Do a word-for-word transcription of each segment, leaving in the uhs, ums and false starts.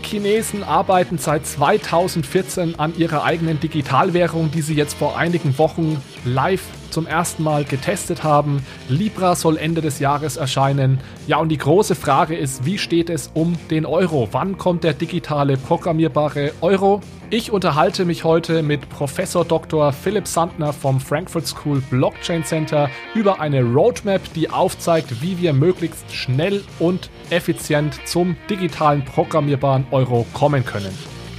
Chinesen arbeiten seit zweitausendvierzehn an ihrer eigenen Digitalwährung, die sie jetzt vor einigen Wochen live zum ersten Mal getestet haben. Libra soll Ende des Jahres erscheinen. Ja, und die große Frage ist, wie steht es um den Euro? Wann kommt der digitale, programmierbare Euro? Ich unterhalte mich heute mit Professor Doktor Philipp Sandner vom Frankfurt School Blockchain Center über eine Roadmap, die aufzeigt, wie wir möglichst schnell und effizient zum digitalen, programmierbaren Euro kommen können.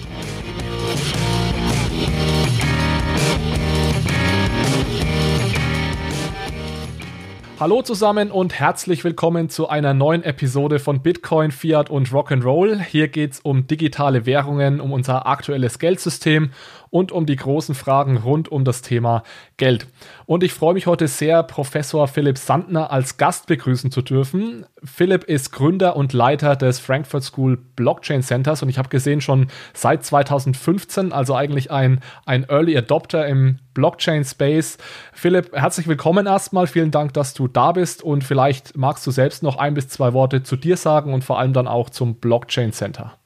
Hallo zusammen und herzlich willkommen zu einer neuen Episode von Bitcoin, Fiat und Rock'n'Roll. Hier geht es um digitale Währungen, um unser aktuelles Geldsystem und um die großen Fragen rund um das Thema Geld. Und ich freue mich heute sehr, Professor Philipp Sandner als Gast begrüßen zu dürfen. Philipp ist Gründer und Leiter des Frankfurt School Blockchain Centers und ich habe gesehen, schon seit zweitausendfünfzehn, also eigentlich ein, ein Early Adopter im Blockchain-Space. Philipp, herzlich willkommen erstmal. Vielen Dank, dass du da bist und vielleicht magst du selbst noch ein bis zwei Worte zu dir sagen und vor allem dann auch zum Blockchain Center.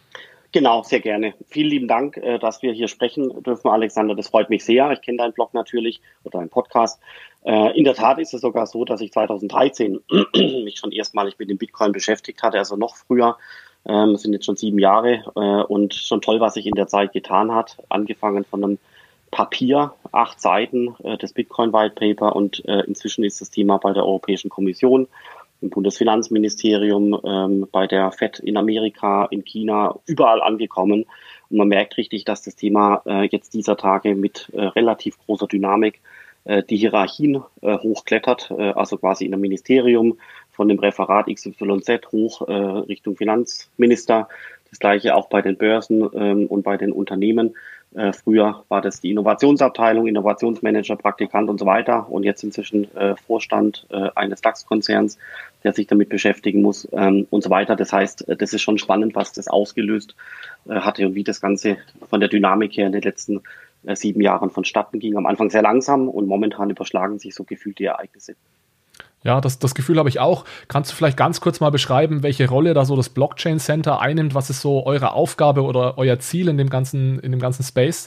Genau, sehr gerne. Vielen lieben Dank, dass wir hier sprechen dürfen, Alexander. Das freut mich sehr. Ich kenne deinen Blog natürlich oder deinen Podcast. In der Tat ist es sogar so, dass ich zweitausenddreizehn mich schon erstmalig mit dem Bitcoin beschäftigt hatte, also noch früher. Das sind jetzt schon sieben Jahre und schon toll, was sich in der Zeit getan hat. Angefangen von einem Papier, acht Seiten des Bitcoin White Paper und inzwischen ist das Thema bei der Europäischen Kommission, im Bundesfinanzministerium, ähm, bei der Fed in Amerika, in China, überall angekommen. Und man merkt richtig, dass das Thema äh, jetzt dieser Tage mit äh, relativ großer Dynamik äh, die Hierarchien äh, hochklettert, äh, also quasi in einem Ministerium von dem Referat X Y Z hoch äh, Richtung Finanzminister. Das gleiche auch bei den Börsen ähm, und bei den Unternehmen. Äh, früher war das die Innovationsabteilung, Innovationsmanager, Praktikant und so weiter und jetzt inzwischen äh, Vorstand äh, eines DAX-Konzerns, der sich damit beschäftigen muss ähm, und so weiter. Das heißt, das ist schon spannend, was das ausgelöst äh, hatte und wie das Ganze von der Dynamik her in den letzten äh, sieben Jahren vonstatten ging. Am Anfang sehr langsam und momentan überschlagen sich so gefühlt die Ereignisse. Ja, das, das Gefühl habe ich auch. Kannst du vielleicht ganz kurz mal beschreiben, welche Rolle da so das Blockchain Center einnimmt? Was ist so eure Aufgabe oder euer Ziel in dem ganzen, in dem ganzen Space?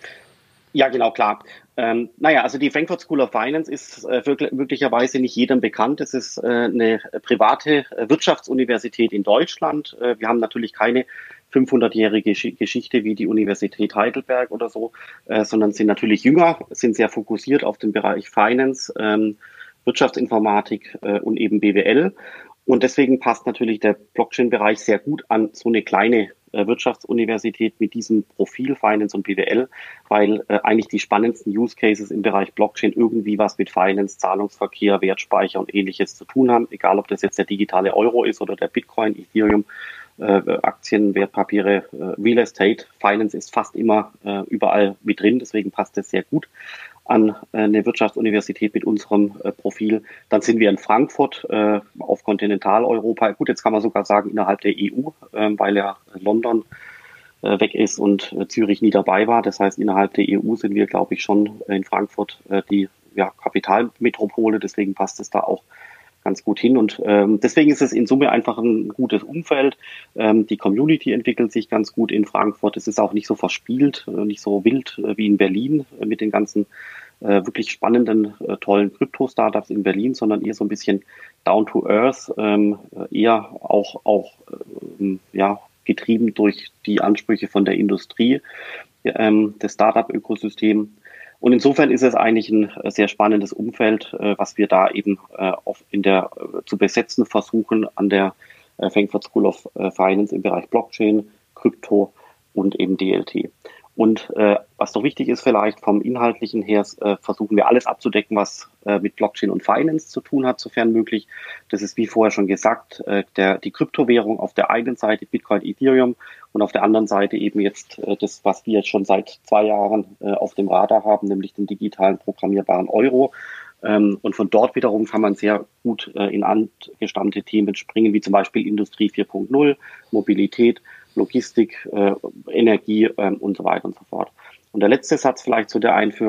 Ja, genau, klar. Ähm, naja, also die Frankfurt School of Finance ist äh, wirklich, möglicherweise nicht jedem bekannt. Es ist äh, eine private Wirtschaftsuniversität in Deutschland. Äh, wir haben natürlich keine fünfhundertjährige Geschichte wie die Universität Heidelberg oder so, äh, sondern sind natürlich jünger, sind sehr fokussiert auf den Bereich Finance, ähm, Wirtschaftsinformatik äh, und eben B W L. Und deswegen passt natürlich der Blockchain-Bereich sehr gut an so eine kleine äh, Wirtschaftsuniversität mit diesem Profil Finance und B W L, weil äh, eigentlich die spannendsten Use Cases im Bereich Blockchain irgendwie was mit Finance, Zahlungsverkehr, Wertspeicher und ähnliches zu tun haben, egal ob das jetzt der digitale Euro ist oder der Bitcoin, Ethereum, äh, Aktien, Wertpapiere, äh, Real Estate. Finance ist fast immer äh, überall mit drin, deswegen passt das sehr gut an eine Wirtschaftsuniversität mit unserem äh, Profil. Dann sind wir in Frankfurt äh, auf Kontinentaleuropa. Gut, jetzt kann man sogar sagen innerhalb der E U, äh, weil ja London äh, weg ist und äh, Zürich nie dabei war. Das heißt, innerhalb der E U sind wir, glaube ich, schon in Frankfurt äh, die ja, Kapitalmetropole. Deswegen passt es da auch ganz gut hin und ähm, deswegen ist es in Summe einfach ein gutes Umfeld. Ähm, die Community entwickelt sich ganz gut in Frankfurt. Es ist auch nicht so verspielt, äh, nicht so wild äh, wie in Berlin äh, mit den ganzen äh, wirklich spannenden, äh, tollen Krypto-Startups in Berlin, sondern eher so ein bisschen down to earth, ähm, eher auch auch ähm, ja getrieben durch die Ansprüche von der Industrie, ähm, das Startup-Ökosystem. Und insofern ist es eigentlich ein sehr spannendes Umfeld, was wir da eben in der zu besetzen versuchen an der Frankfurt School of Finance im Bereich Blockchain, Krypto und eben D L T. Und äh, was noch wichtig ist vielleicht vom Inhaltlichen her, äh, versuchen wir alles abzudecken, was äh, mit Blockchain und Finance zu tun hat, sofern möglich. Das ist wie vorher schon gesagt, äh, der, die Kryptowährung auf der einen Seite, Bitcoin, Ethereum, und auf der anderen Seite eben jetzt äh, das, was wir jetzt schon seit zwei Jahren äh, auf dem Radar haben, nämlich den digitalen programmierbaren Euro. Ähm, und von dort wiederum kann man sehr gut äh, in angestammte Themen springen, wie zum Beispiel Industrie vier Punkt null, Mobilität, Logistik, äh, Energie ähm, und so weiter und so fort. Und der letzte Satz vielleicht zu der Einführung.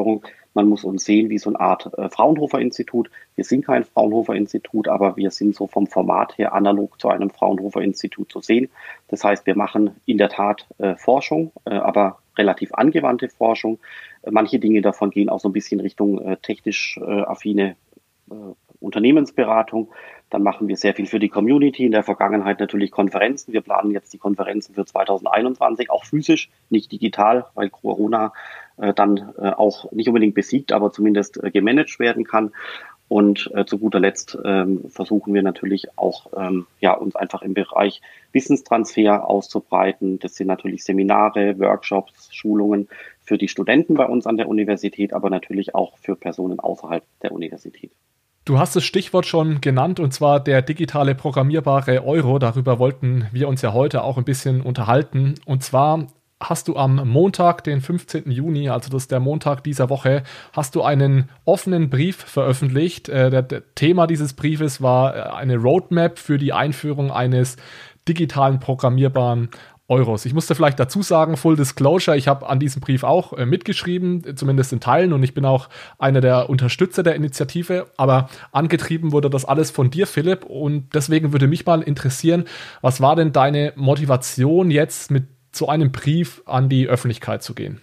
Man muss uns sehen wie so eine Art äh, Fraunhofer-Institut. Wir sind kein Fraunhofer-Institut, aber wir sind so vom Format her analog zu einem Fraunhofer-Institut zu sehen. Das heißt, wir machen in der Tat äh, Forschung, äh, aber relativ angewandte Forschung. Äh, manche Dinge davon gehen auch so ein bisschen Richtung äh, technisch äh, affine äh, Unternehmensberatung. Dann machen wir sehr viel für die Community. In der Vergangenheit natürlich Konferenzen. Wir planen jetzt die Konferenzen für zwanzig einundzwanzig, auch physisch, nicht digital, weil Corona äh, dann äh, auch nicht unbedingt besiegt, aber zumindest äh, gemanagt werden kann. Und äh, zu guter Letzt ähm, versuchen wir natürlich auch, ähm, ja, uns einfach im Bereich Wissenstransfer auszubreiten. Das sind natürlich Seminare, Workshops, Schulungen für die Studenten bei uns an der Universität, aber natürlich auch für Personen außerhalb der Universität. Du hast das Stichwort schon genannt, und zwar der digitale programmierbare Euro. Darüber wollten wir uns ja heute auch ein bisschen unterhalten. Und zwar hast du am Montag, den fünfzehnten Juni, also das ist der Montag dieser Woche, hast du einen offenen Brief veröffentlicht. Äh, der, der Thema dieses Briefes war eine Roadmap für die Einführung eines digitalen programmierbaren Euros. Ich musste vielleicht dazu sagen, Full Disclosure, ich habe an diesem Brief auch äh, mitgeschrieben, zumindest in Teilen, und ich bin auch einer der Unterstützer der Initiative, aber angetrieben wurde das alles von dir, Philipp, und deswegen würde mich mal interessieren, was war denn deine Motivation, jetzt mit so einem Brief an die Öffentlichkeit zu gehen?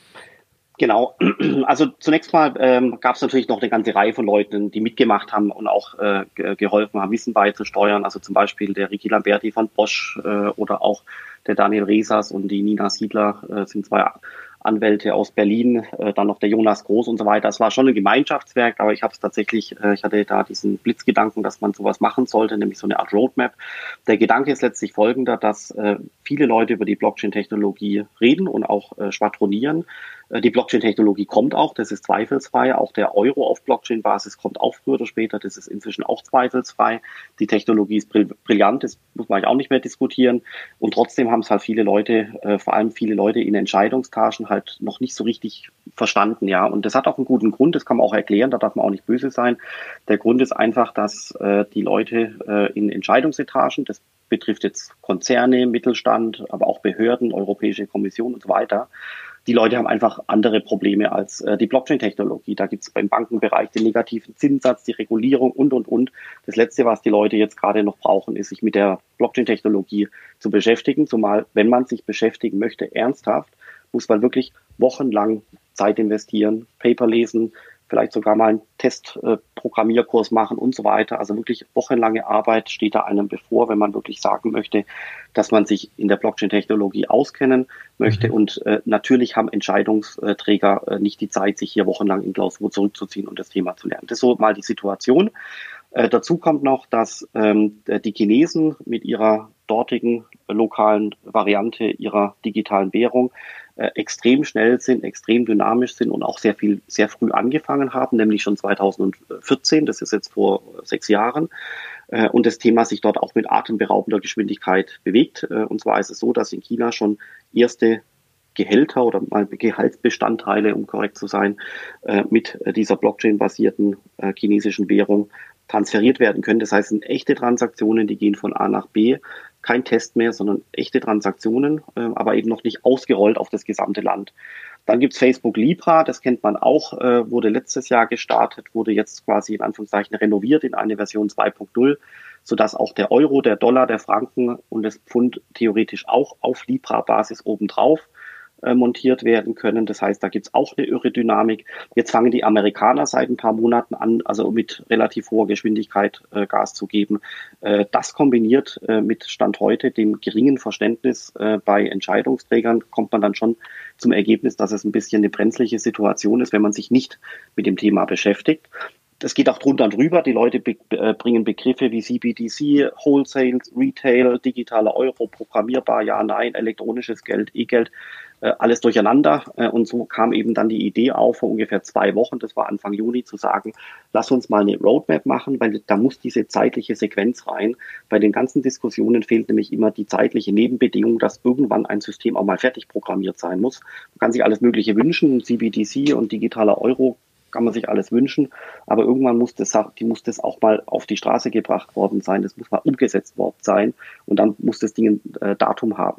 Genau, also zunächst mal ähm, gab es natürlich noch eine ganze Reihe von Leuten, die mitgemacht haben und auch äh, geholfen haben, Wissen beizusteuern. Also zum Beispiel der Ricky Lamberti von Bosch äh, oder auch der Daniel Resas und die Nina Siedler äh, sind zwei Anwälte aus Berlin, äh, dann noch der Jonas Groß und so weiter. Es war schon ein Gemeinschaftswerk, aber ich habe es tatsächlich, äh, ich hatte da diesen Blitzgedanken, dass man sowas machen sollte, nämlich so eine Art Roadmap. Der Gedanke ist letztlich folgender, dass äh, viele Leute über die Blockchain-Technologie reden und auch äh, schwadronieren. Äh, die Blockchain-Technologie kommt auch, das ist zweifelsfrei. Auch der Euro auf Blockchain-Basis kommt auch früher oder später, das ist inzwischen auch zweifelsfrei. Die Technologie ist brillant, das muss man eigentlich auch nicht mehr diskutieren. Und trotzdem haben es halt viele Leute, äh, vor allem viele Leute in Entscheidungstagen halt noch nicht so richtig verstanden, ja. Und das hat auch einen guten Grund, das kann man auch erklären, da darf man auch nicht böse sein. Der Grund ist einfach, dass äh, die Leute äh, in Entscheidungsetagen, das betrifft jetzt Konzerne, Mittelstand, aber auch Behörden, Europäische Kommission und so weiter, die Leute haben einfach andere Probleme als äh, die Blockchain-Technologie. Da gibt es beim Bankenbereich den negativen Zinssatz, die Regulierung und, und, und. Das Letzte, was die Leute jetzt gerade noch brauchen, ist, sich mit der Blockchain-Technologie zu beschäftigen. Zumal, wenn man sich beschäftigen möchte, ernsthaft, muss man wirklich wochenlang Zeit investieren, Paper lesen, vielleicht sogar mal einen Testprogrammierkurs äh, machen und so weiter. Also wirklich wochenlange Arbeit steht da einem bevor, wenn man wirklich sagen möchte, dass man sich in der Blockchain-Technologie auskennen möchte. Mhm. Und äh, natürlich haben Entscheidungsträger äh, nicht die Zeit, sich hier wochenlang in Klausur zurückzuziehen und das Thema zu lernen. Das ist so mal die Situation. Äh, dazu kommt noch, dass ähm, die Chinesen mit ihrer dortigen äh, lokalen Variante ihrer digitalen Währung äh, extrem schnell sind, extrem dynamisch sind und auch sehr viel, sehr früh angefangen haben, nämlich schon zweitausendvierzehn, das ist jetzt vor sechs Jahren. Äh, und das Thema sich dort auch mit atemberaubender Geschwindigkeit bewegt. Äh, und zwar ist es so, dass in China schon erste Gehälter oder mal Gehaltsbestandteile, um korrekt zu sein, äh, mit dieser Blockchain-basierten äh, chinesischen Währung transferiert werden können. Das heißt, es sind echte Transaktionen, die gehen von A nach B. Kein Test mehr, sondern echte Transaktionen, äh, aber eben noch nicht ausgerollt auf das gesamte Land. Dann gibt's Facebook Libra, das kennt man auch, äh, wurde letztes Jahr gestartet, wurde jetzt quasi in Anführungszeichen renoviert in eine Version zwei Punkt null, sodass auch der Euro, der Dollar, der Franken und das Pfund theoretisch auch auf Libra-Basis obendrauf montiert werden können. Das heißt, da gibt's auch eine irre Dynamik. Jetzt fangen die Amerikaner seit ein paar Monaten an, also mit relativ hoher Geschwindigkeit äh, Gas zu geben. Äh, das kombiniert äh, mit Stand heute dem geringen Verständnis äh, bei Entscheidungsträgern kommt man dann schon zum Ergebnis, dass es ein bisschen eine brenzliche Situation ist, wenn man sich nicht mit dem Thema beschäftigt. Das geht auch drunter und drüber. Die Leute be- äh, bringen Begriffe wie C B D C, Wholesale, Retail, digitaler Euro, programmierbar, ja, nein, elektronisches Geld, E-Geld, äh, alles durcheinander. Äh, und so kam eben dann die Idee auf, vor ungefähr zwei Wochen, das war Anfang Juni, zu sagen, lass uns mal eine Roadmap machen, weil da muss diese zeitliche Sequenz rein. Bei den ganzen Diskussionen fehlt nämlich immer die zeitliche Nebenbedingung, dass irgendwann ein System auch mal fertig programmiert sein muss. Man kann sich alles Mögliche wünschen, C B D C und digitaler Euro, kann man sich alles wünschen, aber irgendwann muss das, die muss das auch mal auf die Straße gebracht worden sein, das muss mal umgesetzt worden sein und dann muss das Ding ein äh, Datum haben.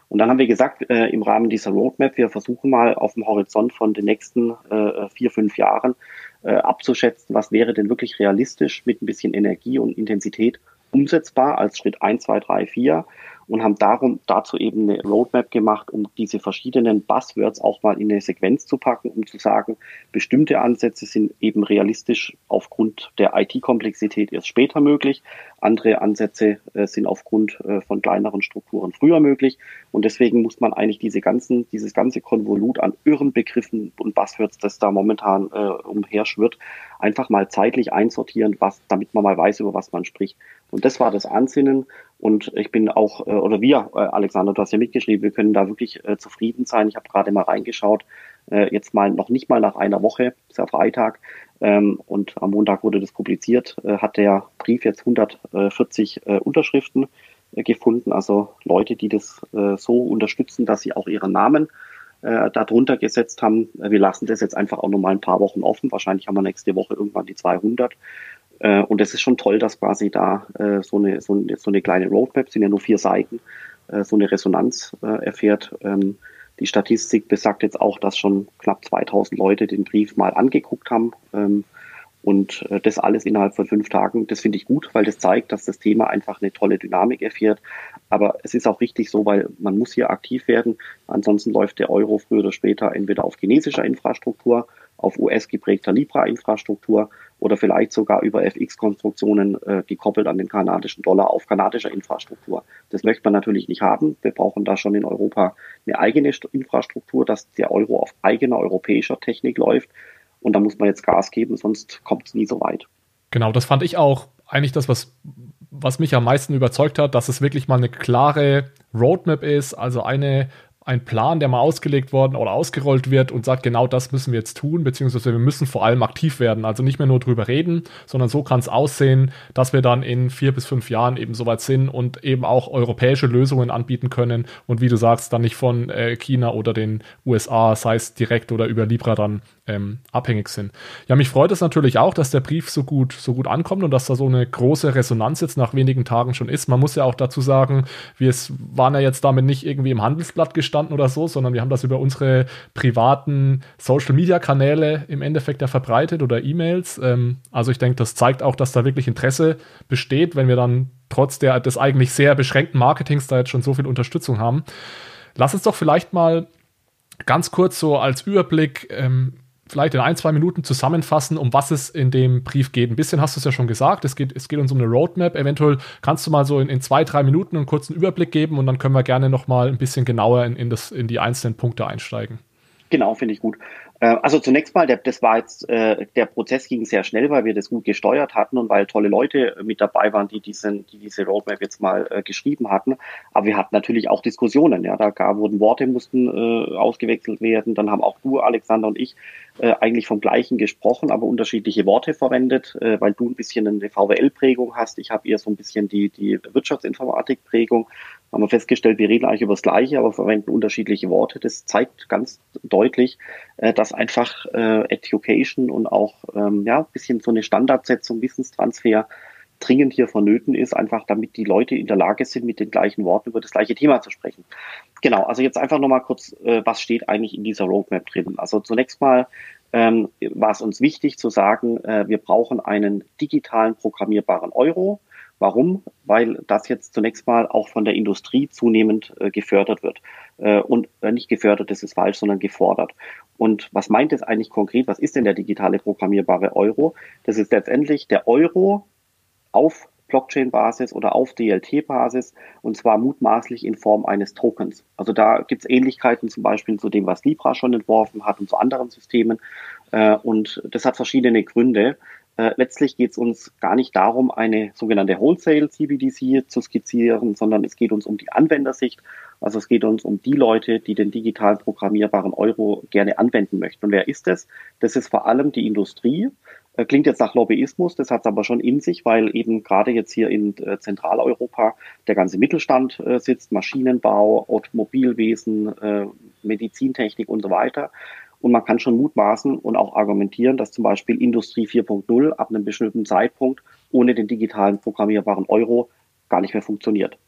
Und dann haben wir gesagt, äh, im Rahmen dieser Roadmap, wir versuchen mal auf dem Horizont von den nächsten äh, vier, fünf Jahren äh, abzuschätzen, was wäre denn wirklich realistisch mit ein bisschen Energie und Intensität umsetzbar als Schritt eins, zwei, drei, vier und haben darum dazu eben eine Roadmap gemacht, um diese verschiedenen Buzzwords auch mal in eine Sequenz zu packen, um zu sagen, bestimmte Ansätze sind eben realistisch aufgrund der I T-Komplexität erst später möglich, andere Ansätze äh, sind aufgrund äh, von kleineren Strukturen früher möglich und deswegen muss man eigentlich diese ganzen, dieses ganze Konvolut an irren Begriffen und Buzzwords, das da momentan äh, umherschwirrt, einfach mal zeitlich einsortieren, was, damit man mal weiß, über was man spricht. Und das war das Ansinnen. Und ich bin auch, äh, oder wir, äh, Alexander, du hast ja mitgeschrieben, wir können da wirklich äh, zufrieden sein. Ich habe gerade mal reingeschaut, äh, jetzt mal noch nicht mal nach einer Woche, ist ja Freitag, ähm, und am Montag wurde das publiziert, äh, hat der Brief jetzt hundertvierzig äh, Unterschriften äh, gefunden, also Leute, die das äh, so unterstützen, dass sie auch ihren Namen äh, darunter gesetzt haben. Wir lassen das jetzt einfach auch noch mal ein paar Wochen offen. Wahrscheinlich haben wir nächste Woche irgendwann die zweihundert. Äh, und es ist schon toll, dass quasi da äh, so, eine, so, eine, so eine kleine Roadmap, sind ja nur vier Seiten, äh, so eine Resonanz äh, erfährt. Ähm, die Statistik besagt jetzt auch, dass schon knapp zweitausend Leute den Brief mal angeguckt haben. Ähm, und äh, das alles innerhalb von fünf Tagen, das finde ich gut, weil das zeigt, dass das Thema einfach eine tolle Dynamik erfährt. Aber es ist auch richtig so, weil man muss hier aktiv werden. Ansonsten läuft der Euro früher oder später entweder auf chinesischer Infrastruktur, auf U S-geprägter Libra-Infrastruktur oder vielleicht sogar über F X-Konstruktionen äh, gekoppelt an den kanadischen Dollar auf kanadischer Infrastruktur. Das möchte man natürlich nicht haben. Wir brauchen da schon in Europa eine eigene Infrastruktur, dass der Euro auf eigener europäischer Technik läuft. Und da muss man jetzt Gas geben, sonst kommt es nie so weit. Genau, das fand ich auch eigentlich das, was, was mich am meisten überzeugt hat, dass es wirklich mal eine klare Roadmap ist, also eine ein Plan, der mal ausgelegt worden oder ausgerollt wird und sagt, genau das müssen wir jetzt tun, beziehungsweise wir müssen vor allem aktiv werden. Also nicht mehr nur drüber reden, sondern so kann es aussehen, dass wir dann in vier bis fünf Jahren eben soweit sind und eben auch europäische Lösungen anbieten können und wie du sagst, dann nicht von äh, China oder den U S A, sei es direkt oder über Libra dann ähm, abhängig sind. Ja, mich freut es natürlich auch, dass der Brief so gut, so gut ankommt und dass da so eine große Resonanz jetzt nach wenigen Tagen schon ist. Man muss ja auch dazu sagen, wir waren ja jetzt damit nicht irgendwie im Handelsblatt gestanden oder so, sondern wir haben das über unsere privaten Social-Media-Kanäle im Endeffekt ja verbreitet oder E-Mails. Ähm, also ich denke, das zeigt auch, dass da wirklich Interesse besteht, wenn wir dann trotz der, des eigentlich sehr beschränkten Marketings da jetzt schon so viel Unterstützung haben. Lass uns doch vielleicht mal ganz kurz so als Überblick ähm, vielleicht in ein, zwei Minuten zusammenfassen, um was es in dem Brief geht. Ein bisschen hast du es ja schon gesagt, es geht, es geht uns um eine Roadmap. Eventuell kannst du mal so in, in zwei, drei Minuten einen kurzen Überblick geben und dann können wir gerne noch mal ein bisschen genauer in, in, das, in die einzelnen Punkte einsteigen. Genau, finde ich gut. Also zunächst mal, der, das war jetzt, äh, der Prozess ging sehr schnell, weil wir das gut gesteuert hatten und weil tolle Leute mit dabei waren, die diesen, die diese Roadmap jetzt mal äh, geschrieben hatten. Aber wir hatten natürlich auch Diskussionen, ja, da gab, wurden Worte, mussten äh, ausgewechselt werden. Dann haben auch du, Alexander und ich äh, eigentlich vom Gleichen gesprochen, aber unterschiedliche Worte verwendet, äh, weil du ein bisschen eine V W L-Prägung hast. Ich habe eher so ein bisschen die, die Wirtschaftsinformatik-Prägung. Haben wir festgestellt, wir reden eigentlich über das Gleiche, aber verwenden unterschiedliche Worte. Das zeigt ganz deutlich, äh, dass einfach äh, Education und auch ähm, ja, ein bisschen so eine Standardsetzung, Wissenstransfer dringend hier vonnöten ist, einfach damit die Leute in der Lage sind, mit den gleichen Worten über das gleiche Thema zu sprechen. Genau, also jetzt einfach nochmal kurz, äh, was steht eigentlich in dieser Roadmap drin? Also zunächst mal ähm, war es uns wichtig zu sagen, äh, wir brauchen einen digitalen programmierbaren Euro. Warum? Weil das jetzt zunächst mal auch von der Industrie zunehmend äh, gefördert wird. Äh, und äh, nicht gefördert, das ist falsch, sondern gefordert. Und was meint es eigentlich konkret? Was ist denn der digitale programmierbare Euro? Das ist letztendlich der Euro auf Blockchain-Basis oder auf D L T-Basis und zwar mutmaßlich in Form eines Tokens. Also da gibt es Ähnlichkeiten zum Beispiel zu dem, was Libra schon entworfen hat und zu anderen Systemen. Äh, und das hat verschiedene Gründe. Äh, letztlich geht es uns gar nicht darum, eine sogenannte Wholesale-C B D C zu skizzieren, sondern es geht uns um die Anwendersicht. Also es geht uns um die Leute, die den digitalen programmierbaren Euro gerne anwenden möchten. Und wer ist das? Das ist vor allem die Industrie. Äh, klingt jetzt nach Lobbyismus, das hat es aber schon in sich, weil eben gerade jetzt hier in äh, Zentraleuropa der ganze Mittelstand äh, sitzt, Maschinenbau, Automobilwesen, äh, Medizintechnik und so weiter. Und man kann schon mutmaßen und auch argumentieren, dass zum Beispiel Industrie vier Punkt null ab einem bestimmten Zeitpunkt ohne den digitalen programmierbaren Euro gar nicht mehr funktioniert.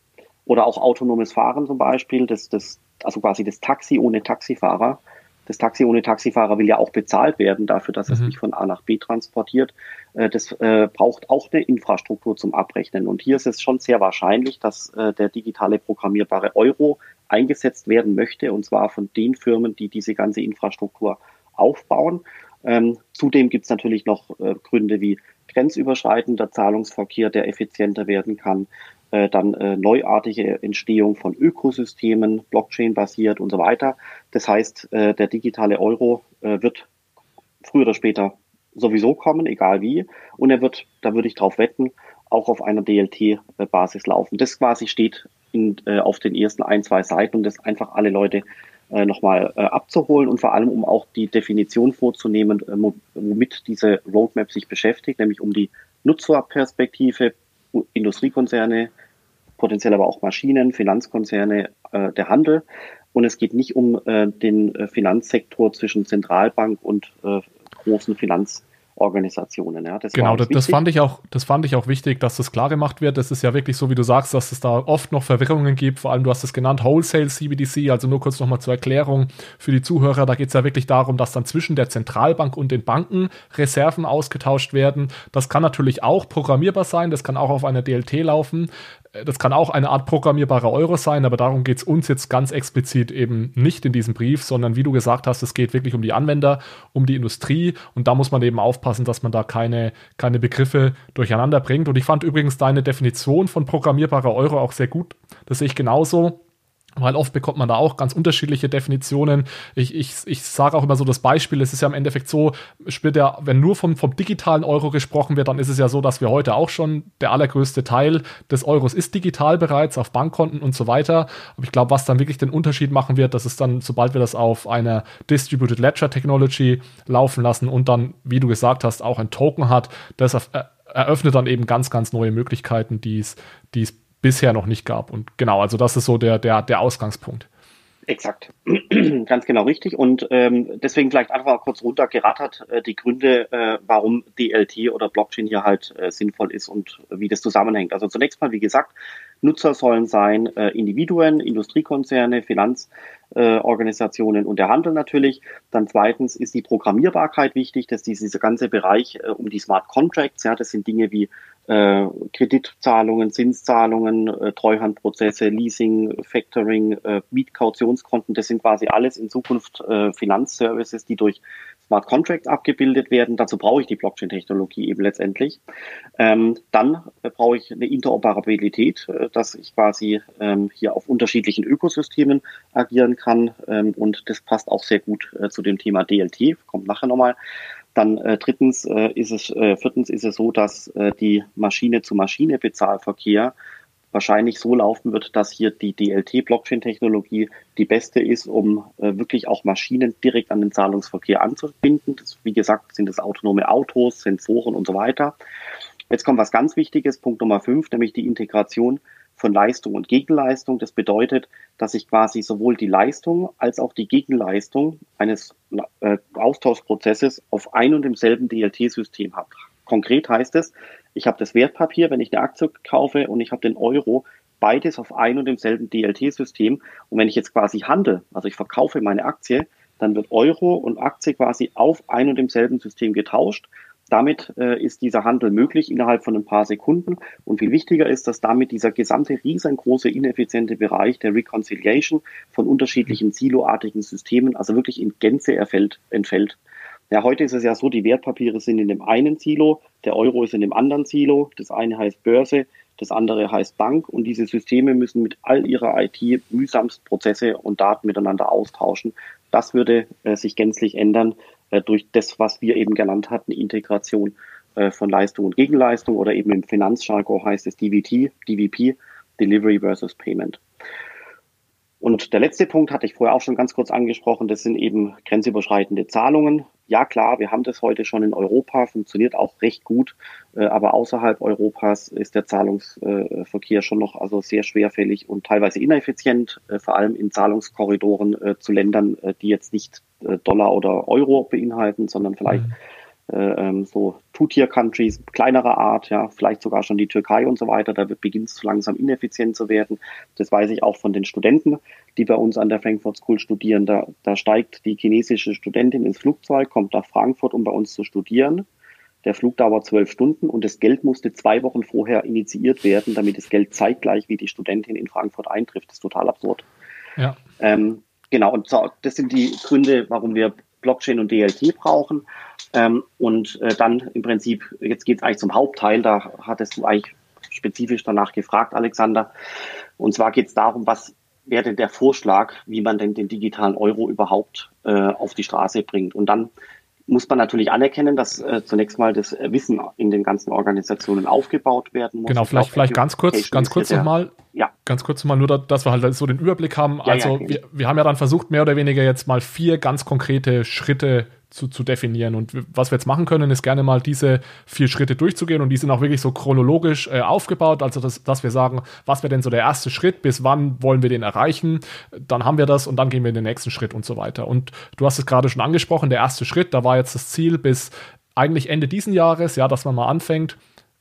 Oder auch autonomes Fahren zum Beispiel, das, das, also quasi das Taxi ohne Taxifahrer. Das Taxi ohne Taxifahrer will ja auch bezahlt werden dafür, dass es Mhm. mich von A nach B transportiert. Äh, das äh, braucht auch eine Infrastruktur zum Abrechnen. Und hier ist es schon sehr wahrscheinlich, dass äh, der digitale programmierbare Euro eingesetzt werden möchte, und zwar von den Firmen, die diese ganze Infrastruktur aufbauen. Ähm, zudem gibt es natürlich noch äh, Gründe wie grenzüberschreitender Zahlungsverkehr, der effizienter werden kann, äh, dann äh, neuartige Entstehung von Ökosystemen, Blockchain-basiert und so weiter. Das heißt, äh, der digitale Euro äh, wird früher oder später sowieso kommen, egal wie. Und er wird, da würde ich drauf wetten, auch auf einer D L T-Basis laufen. Das quasi steht in, äh, auf den ersten ein, zwei Seiten, um das einfach alle Leute äh, nochmal äh, abzuholen und vor allem, um auch die Definition vorzunehmen, äh, womit diese Roadmap sich beschäftigt, nämlich um die Nutzerperspektive, Industriekonzerne, potenziell aber auch Maschinen, Finanzkonzerne, äh, der Handel. Und es geht nicht um äh, den äh, Finanzsektor zwischen Zentralbank und äh, großen Finanzorganisationen. Ja, das Genau, war das, das fand ich auch, das fand ich auch wichtig, dass das klar gemacht wird. Das ist ja wirklich so, wie du sagst, dass es da oft noch Verwirrungen gibt. Vor allem, du hast es genannt, Wholesale C B D C, also nur kurz nochmal zur Erklärung für die Zuhörer. Da geht es ja wirklich darum, dass dann zwischen der Zentralbank und den Banken Reserven ausgetauscht werden. Das kann natürlich auch programmierbar sein, das kann auch auf einer D L T laufen. Das kann auch eine Art programmierbarer Euro sein, aber darum geht es uns jetzt ganz explizit eben nicht in diesem Brief, sondern wie du gesagt hast, es geht wirklich um die Anwender, um die Industrie, und da muss man eben aufpassen, dass man da keine, keine Begriffe durcheinander bringt. Und ich fand übrigens deine Definition von programmierbarer Euro auch sehr gut. Das sehe ich genauso. Weil oft bekommt man da auch ganz unterschiedliche Definitionen. Ich, ich, ich sage auch immer so das Beispiel, es ist ja im Endeffekt so, spielt ja, wenn nur vom, vom digitalen Euro gesprochen wird, dann ist es ja so, dass wir heute auch schon, der allergrößte Teil des Euros ist digital bereits, auf Bankkonten und so weiter. Aber ich glaube, was dann wirklich den Unterschied machen wird, das ist dann, sobald wir das auf einer Distributed Ledger Technology laufen lassen und dann, wie du gesagt hast, auch ein Token hat, das eröffnet dann eben ganz, ganz neue Möglichkeiten, die es, die es bisher noch nicht gab. Und genau, also das ist so der, der, der Ausgangspunkt. Exakt, ganz genau richtig. Und ähm, deswegen vielleicht einfach mal kurz runtergerattert äh, die Gründe, äh, warum D L T oder Blockchain hier halt äh, sinnvoll ist und äh, wie das zusammenhängt. Also zunächst mal, wie gesagt, Nutzer sollen sein äh, Individuen, Industriekonzerne, Finanzorganisationen äh, und der Handel natürlich. Dann zweitens ist die Programmierbarkeit wichtig, dass dieser ganze Bereich äh, um die Smart Contracts, ja, das sind Dinge wie äh, Kreditzahlungen, Zinszahlungen, äh, Treuhandprozesse, Leasing, Factoring, äh, Mietkautionskonten, das sind quasi alles in Zukunft äh, Finanzservices, die durch Smart Contracts abgebildet werden. Dazu brauche ich die Blockchain-Technologie eben letztendlich. Ähm, dann äh, brauche ich eine Interoperabilität, äh, dass ich quasi ähm, hier auf unterschiedlichen Ökosystemen agieren kann, ähm, und das passt auch sehr gut äh, zu dem Thema D L T, kommt nachher nochmal. Dann äh, drittens äh, ist es, äh, viertens ist es so, dass äh, die Maschine-zu-Maschine-Bezahlverkehr wahrscheinlich so laufen wird, dass hier die D L T-Blockchain-Technologie die beste ist, um äh, wirklich auch Maschinen direkt an den Zahlungsverkehr anzubinden. Das, wie gesagt, sind es autonome Autos, Sensoren und so weiter. Jetzt kommt was ganz Wichtiges, Punkt Nummer fünf, nämlich die Integration von Leistung und Gegenleistung. Das bedeutet, dass ich quasi sowohl die Leistung als auch die Gegenleistung eines äh, Austauschprozesses auf ein und demselben D L T-System habe. Konkret heißt es, ich habe das Wertpapier, wenn ich eine Aktie kaufe, und ich habe den Euro, beides auf ein und demselben D L T-System. Und wenn ich jetzt quasi handle, also ich verkaufe meine Aktie, dann wird Euro und Aktie quasi auf ein und demselben System getauscht. Damit äh, ist dieser Handel möglich innerhalb von ein paar Sekunden. Und viel wichtiger ist, dass damit dieser gesamte riesengroße, ineffiziente Bereich der Reconciliation von unterschiedlichen siloartigen Systemen also wirklich in Gänze erfällt, entfällt. Ja, heute ist es ja so, die Wertpapiere sind in dem einen Silo, der Euro ist in dem anderen Silo. Das eine heißt Börse, das andere heißt Bank. Und diese Systeme müssen mit all ihrer I T mühsamst Prozesse und Daten miteinander austauschen. Das würde äh, sich gänzlich ändern äh, durch das, was wir eben genannt hatten, Integration äh, von Leistung und Gegenleistung, oder eben im Finanzjargon heißt es D V T, D V P, Delivery versus Payment. Und der letzte Punkt hatte ich vorher auch schon ganz kurz angesprochen, das sind eben grenzüberschreitende Zahlungen. Ja klar, wir haben das heute schon in Europa, funktioniert auch recht gut, äh, aber außerhalb Europas ist der Zahlungsverkehr äh, schon noch also sehr schwerfällig und teilweise ineffizient, äh, vor allem in Zahlungskorridoren äh, zu Ländern, äh, die jetzt nicht äh, Dollar oder Euro beinhalten, sondern vielleicht mhm. äh, so Two-Tier-Countries kleinerer Art, ja, vielleicht sogar schon die Türkei und so weiter. Da beginnt es langsam ineffizient zu werden. Das weiß ich auch von den Studenten, die bei uns an der Frankfurt School studieren. Da, da steigt die chinesische Studentin ins Flugzeug, kommt nach Frankfurt, um bei uns zu studieren. Der Flug dauert zwölf Stunden und das Geld musste zwei Wochen vorher initiiert werden, damit das Geld zeitgleich wie die Studentin in Frankfurt eintrifft. Das ist total absurd. Ja. Ähm, genau, und so, das sind die Gründe, warum wir Blockchain und D L T brauchen. Ähm, und äh, dann im Prinzip, jetzt geht es eigentlich zum Hauptteil, da hattest du eigentlich spezifisch danach gefragt, Alexander. Und zwar geht es darum, was wäre denn der Vorschlag, wie man denn den digitalen Euro überhaupt äh, auf die Straße bringt. Und dann muss man natürlich anerkennen, dass äh, zunächst mal das Wissen in den ganzen Organisationen aufgebaut werden muss. Genau, vielleicht, vielleicht ganz kurz, ganz kurz nochmal, ja. ganz kurz nochmal, nur, da, dass wir halt so den Überblick haben. Ja, also ja, wir, wir haben ja dann versucht, mehr oder weniger jetzt mal vier ganz konkrete Schritte zu, zu definieren. Und was wir jetzt machen können, ist gerne mal diese vier Schritte durchzugehen. Und die sind auch wirklich so chronologisch äh, aufgebaut. Also, dass, dass wir sagen, was wäre denn so der erste Schritt, bis wann wollen wir den erreichen? Dann haben wir das und dann gehen wir in den nächsten Schritt und so weiter. Und du hast es gerade schon angesprochen, der erste Schritt, da war jetzt das Ziel bis eigentlich Ende diesen Jahres, ja, dass man mal anfängt,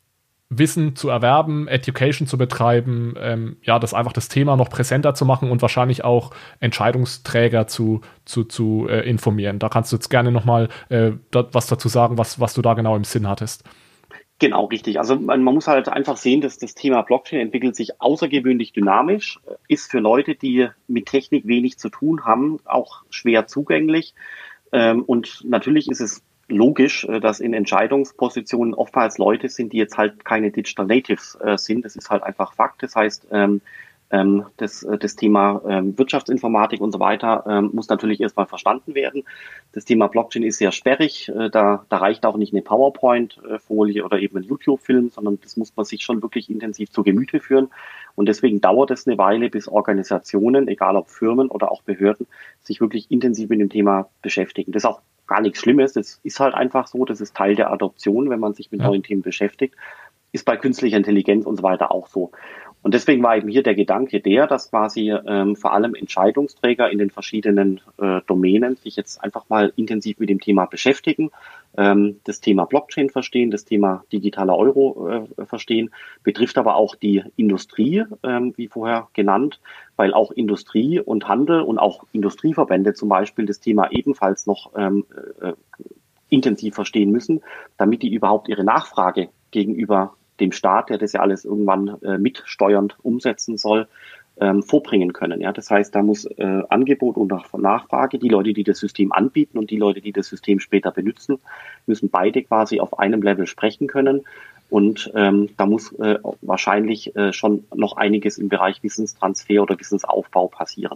Wissen zu erwerben, Education zu betreiben, ähm, ja, das einfach das Thema noch präsenter zu machen und wahrscheinlich auch Entscheidungsträger zu, zu, zu äh, informieren. Da kannst du jetzt gerne nochmal äh, da, was dazu sagen, was, was du da genau im Sinn hattest. Genau, richtig. Also man, man muss halt einfach sehen, dass das Thema Blockchain entwickelt sich außergewöhnlich dynamisch, ist für Leute, die mit Technik wenig zu tun haben, auch schwer zugänglich. Ähm, und natürlich ist es logisch, dass in Entscheidungspositionen oftmals Leute sind, die jetzt halt keine Digital Natives äh, sind. Das ist halt einfach Fakt. Das heißt, ähm, ähm, das, das Thema ähm, Wirtschaftsinformatik und so weiter ähm, muss natürlich erstmal verstanden werden. Das Thema Blockchain ist sehr sperrig. Äh, da, da reicht auch nicht eine PowerPoint-Folie oder eben ein YouTube-Film, sondern das muss man sich schon wirklich intensiv zu Gemüte führen. Und deswegen dauert es eine Weile, bis Organisationen, egal ob Firmen oder auch Behörden, sich wirklich intensiv mit dem Thema beschäftigen. Das ist auch gar nichts Schlimmes. Das ist halt einfach so. Das ist Teil der Adoption, wenn man sich mit ja. neuen Themen beschäftigt. Ist bei künstlicher Intelligenz und so weiter auch so. Und deswegen war eben hier der Gedanke der, dass quasi ähm, vor allem Entscheidungsträger in den verschiedenen äh, Domänen sich jetzt einfach mal intensiv mit dem Thema beschäftigen, ähm, das Thema Blockchain verstehen, das Thema digitaler Euro äh, verstehen, betrifft aber auch die Industrie, ähm, wie vorher genannt, weil auch Industrie und Handel und auch Industrieverbände zum Beispiel das Thema ebenfalls noch ähm, äh, intensiv verstehen müssen, damit die überhaupt ihre Nachfrage gegenüber dem Staat, der das ja alles irgendwann äh, mitsteuernd umsetzen soll, ähm, vorbringen können. Ja, das heißt, da muss äh, Angebot und Nachfrage, die Leute, die das System anbieten und die Leute, die das System später benutzen, müssen beide quasi auf einem Level sprechen können. Und ähm, da muss äh, wahrscheinlich äh, schon noch einiges im Bereich Wissenstransfer oder Wissensaufbau passieren.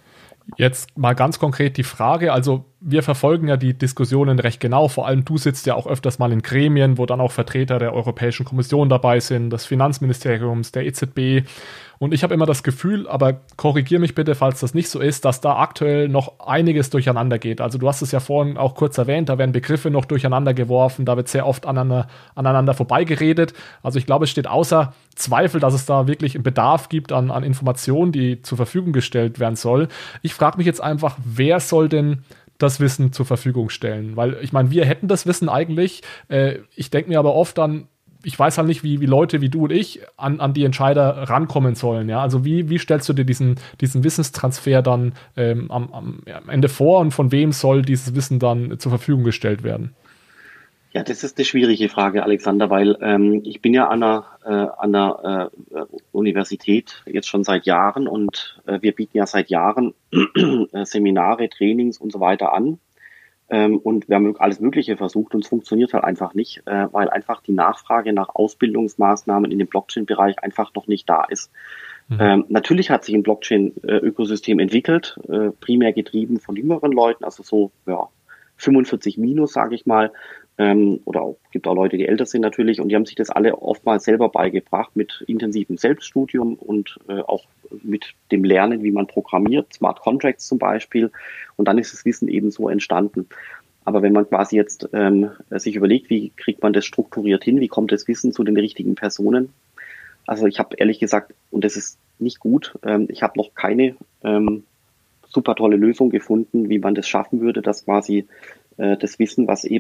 Jetzt mal ganz konkret die Frage, also wir verfolgen ja die Diskussionen recht genau, vor allem du sitzt ja auch öfters mal in Gremien, wo dann auch Vertreter der Europäischen Kommission dabei sind, des Finanzministeriums, der E Z B und ich habe immer das Gefühl, aber korrigier mich bitte, falls das nicht so ist, dass da aktuell noch einiges durcheinander geht. Also du hast es ja vorhin auch kurz erwähnt, da werden Begriffe noch durcheinander geworfen, da wird sehr oft aneinander, aneinander vorbeigeredet. Also ich glaube, es steht außer Zweifel, dass es da wirklich einen Bedarf gibt an, an Informationen, die zur Verfügung gestellt werden soll. Ich frage mich jetzt einfach, wer soll denn das Wissen zur Verfügung stellen? Weil ich meine, wir hätten das Wissen eigentlich. Äh, ich denke mir aber oft dann, ich weiß halt nicht, wie, wie Leute wie du und ich an, an die Entscheider rankommen sollen. Ja? Also wie, wie stellst du dir diesen, diesen Wissenstransfer dann ähm, am, am, ja, am Ende vor und von wem soll dieses Wissen dann zur Verfügung gestellt werden? Ja, das ist eine schwierige Frage, Alexander, weil ähm, ich bin ja an einer, äh, an einer äh, Universität jetzt schon seit Jahren und äh, wir bieten ja seit Jahren äh, Seminare, Trainings und so weiter an. Ähm, und wir haben alles Mögliche versucht und es funktioniert halt einfach nicht, äh, weil einfach die Nachfrage nach Ausbildungsmaßnahmen in dem Blockchain-Bereich einfach noch nicht da ist. Mhm. Ähm, natürlich hat sich ein Blockchain-Ökosystem entwickelt, äh, primär getrieben von jüngeren Leuten, also so ja, fünfundvierzig minus, sage ich mal. Ähm, oder auch, gibt auch Leute, die älter sind natürlich und die haben sich das alle oftmals selber beigebracht mit intensivem Selbststudium und äh, auch mit dem Lernen, wie man programmiert, Smart Contracts zum Beispiel und dann ist das Wissen eben so entstanden. Aber wenn man quasi jetzt ähm, sich überlegt, wie kriegt man das strukturiert hin, wie kommt das Wissen zu den richtigen Personen? Also ich habe ehrlich gesagt, und das ist nicht gut, ähm, ich habe noch keine ähm, super tolle Lösung gefunden, wie man das schaffen würde, dass quasi äh, das Wissen, was eben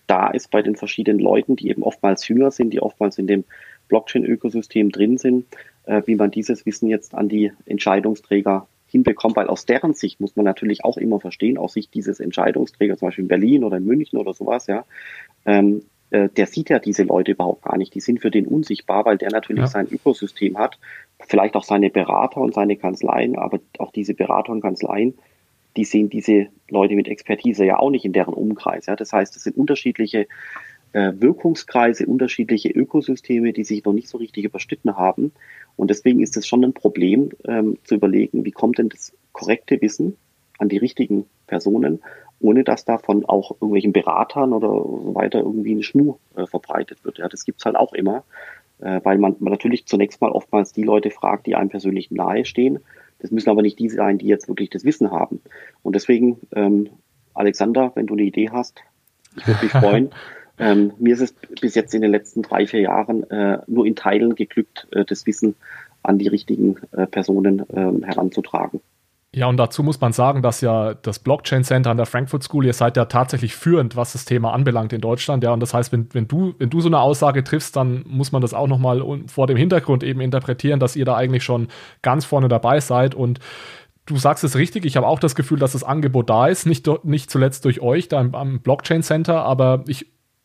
da ist bei den verschiedenen Leuten, die eben oftmals jünger sind, die oftmals in dem Blockchain-Ökosystem drin sind, äh, wie man dieses Wissen jetzt an die Entscheidungsträger hinbekommt, weil aus deren Sicht muss man natürlich auch immer verstehen, aus Sicht dieses Entscheidungsträgers, zum Beispiel in Berlin oder in München oder sowas, ja, ähm, äh, der sieht ja diese Leute überhaupt gar nicht. Die sind für den unsichtbar, weil der natürlich ja. sein Ökosystem hat, vielleicht auch seine Berater und seine Kanzleien, aber auch diese Berater und Kanzleien, die sehen diese Leute mit Expertise ja auch nicht in deren Umkreis. Ja. Das heißt, es sind unterschiedliche äh, Wirkungskreise, unterschiedliche Ökosysteme, die sich noch nicht so richtig überschnitten haben. Und deswegen ist es schon ein Problem, ähm, zu überlegen, wie kommt denn das korrekte Wissen an die richtigen Personen, ohne dass davon auch irgendwelchen Beratern oder so weiter irgendwie ein Schmuh äh, verbreitet wird. Ja, das gibt's halt auch immer, äh, weil man, man natürlich zunächst mal oftmals die Leute fragt, die einem persönlich nahestehen. Das müssen aber nicht die sein, die jetzt wirklich das Wissen haben. Und deswegen, ähm, Alexander, wenn du eine Idee hast, ich würde mich freuen. Ähm, mir ist es bis jetzt in den letzten drei, vier Jahren äh, nur in Teilen geglückt, äh, das Wissen an die richtigen äh, Personen äh, heranzutragen. Ja, und dazu muss man sagen, dass ja das Blockchain Center an der Frankfurt School, ihr seid ja tatsächlich führend, was das Thema anbelangt in Deutschland. Ja, und das heißt, wenn, wenn du, wenn du so eine Aussage triffst, dann muss man das auch nochmal vor dem Hintergrund eben interpretieren, dass ihr da eigentlich schon ganz vorne dabei seid. Und du sagst es richtig, ich habe auch das Gefühl, dass das Angebot da ist, nicht, nicht zuletzt durch euch da am, am Blockchain Center, aber ich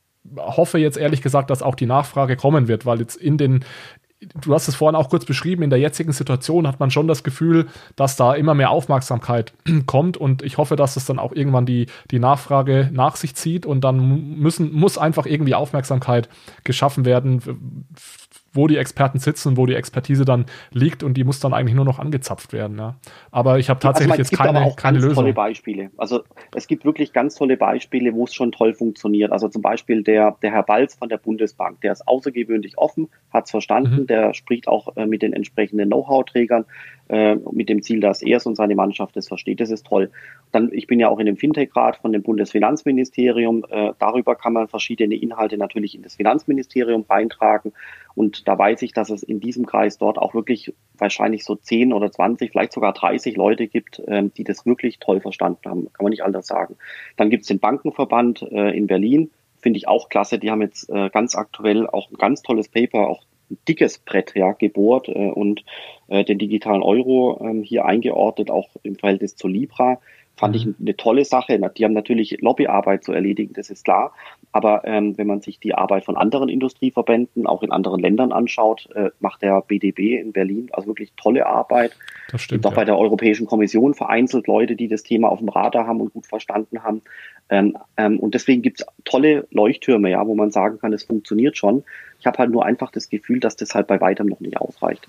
hoffe jetzt ehrlich gesagt, dass auch die Nachfrage kommen wird, weil jetzt in den Du hast es vorhin auch kurz beschrieben, in der jetzigen Situation hat man schon das Gefühl, dass da immer mehr Aufmerksamkeit kommt und ich hoffe, dass es dann auch irgendwann die, die Nachfrage nach sich zieht und dann müssen, muss einfach irgendwie Aufmerksamkeit geschaffen werden, wo die Experten sitzen, wo die Expertise dann liegt und die muss dann eigentlich nur noch angezapft werden. Ja. Aber ich habe tatsächlich also jetzt keine, aber auch keine ganz Lösung. Tolle Beispiele. Also es gibt wirklich ganz tolle Beispiele, wo es schon toll funktioniert. Also zum Beispiel der, der Herr Balz von der Bundesbank, der ist außergewöhnlich offen, hat es verstanden, mhm. der spricht auch äh, mit den entsprechenden Know-how-Trägern, äh, mit dem Ziel, dass er es und seine Mannschaft es versteht. Das ist toll. Dann, ich bin ja auch in dem Fintech-Rat von dem Bundesfinanzministerium. Äh, darüber kann man verschiedene Inhalte natürlich in das Finanzministerium reintragen. Und da weiß ich, dass es in diesem Kreis dort auch wirklich wahrscheinlich so zehn oder zwanzig, vielleicht sogar dreißig Leute gibt, ähm, die das wirklich toll verstanden haben. Kann man nicht anders sagen. Dann gibt es den Bankenverband äh, in Berlin. Finde ich auch klasse. Die haben jetzt äh, ganz aktuell auch ein ganz tolles Paper, auch ein dickes Brett ja, gebohrt äh, und äh, den digitalen Euro äh, hier eingeordnet, auch im Verhältnis zu Libra. Fand mhm. ich eine tolle Sache. Die haben natürlich Lobbyarbeit zu erledigen, das ist klar. Aber ähm, wenn man sich die Arbeit von anderen Industrieverbänden, auch in anderen Ländern anschaut, äh, macht der B D B in Berlin also wirklich tolle Arbeit. Das stimmt. Und auch ja. bei der Europäischen Kommission vereinzelt Leute, die das Thema auf dem Radar haben und gut verstanden haben. Ähm, ähm, und deswegen gibt es tolle Leuchttürme, ja, wo man sagen kann, es funktioniert schon. Ich habe halt nur einfach das Gefühl, dass das halt bei weitem noch nicht ausreicht.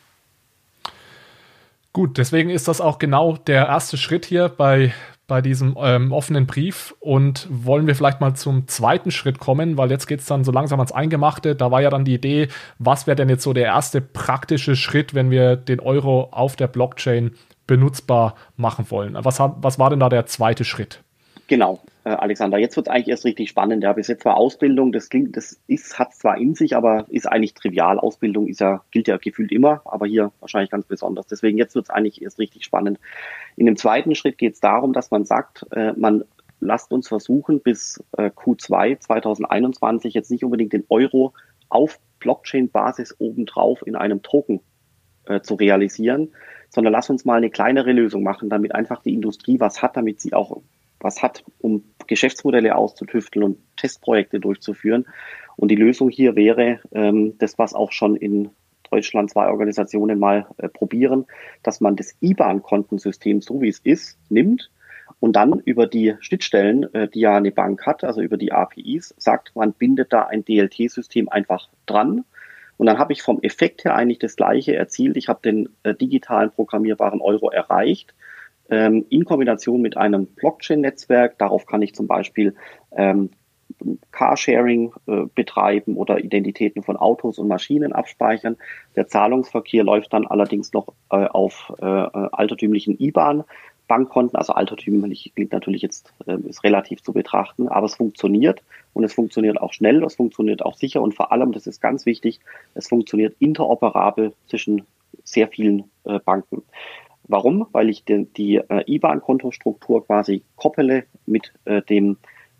Gut, deswegen ist das auch genau der erste Schritt hier bei, bei diesem ähm, offenen Brief und wollen wir vielleicht mal zum zweiten Schritt kommen, weil jetzt geht es dann so langsam ans Eingemachte. Da war ja dann die Idee, was wäre denn jetzt so der erste praktische Schritt, wenn wir den Euro auf der Blockchain benutzbar machen wollen? Was, was war denn da der zweite Schritt? Genau, äh, Alexander, jetzt wird es eigentlich erst richtig spannend. Ja, bis jetzt war Ausbildung, das klingt, das ist, hat zwar in sich, aber ist eigentlich trivial. Ausbildung ist ja, gilt ja gefühlt immer, aber hier wahrscheinlich ganz besonders. Deswegen jetzt wird es eigentlich erst richtig spannend. In dem zweiten Schritt geht es darum, dass man sagt, äh, man lasst uns versuchen, bis äh, Q zwei zweitausendeinundzwanzig jetzt nicht unbedingt den Euro auf Blockchain-Basis obendrauf in einem Token äh, zu realisieren, sondern lasst uns mal eine kleinere Lösung machen, damit einfach die Industrie was hat, damit sie auch was hat, um Geschäftsmodelle auszutüfteln und Testprojekte durchzuführen. Und die Lösung hier wäre, ähm, das, was auch schon in Deutschland zwei Organisationen mal äh, probieren, dass man das I B A N-Kontensystem, so wie es ist, nimmt und dann über die Schnittstellen, äh, die ja eine Bank hat, also über die A P Is, sagt, man bindet da ein D L T-System einfach dran. Und dann habe ich vom Effekt her eigentlich das Gleiche erzielt. Ich habe den äh, digitalen programmierbaren Euro erreicht, in Kombination mit einem Blockchain-Netzwerk. Darauf kann ich zum Beispiel ähm, Carsharing äh, betreiben oder Identitäten von Autos und Maschinen abspeichern. Der Zahlungsverkehr läuft dann allerdings noch äh, auf äh, altertümlichen I B A N-Bankkonten. Also altertümlich klingt natürlich jetzt, äh, ist relativ zu betrachten, aber es funktioniert und es funktioniert auch schnell, es funktioniert auch sicher und vor allem, das ist ganz wichtig, es funktioniert interoperabel zwischen sehr vielen äh, Banken. Warum? Weil ich die, die äh, I B A N-Kontostruktur quasi koppele mit äh, dem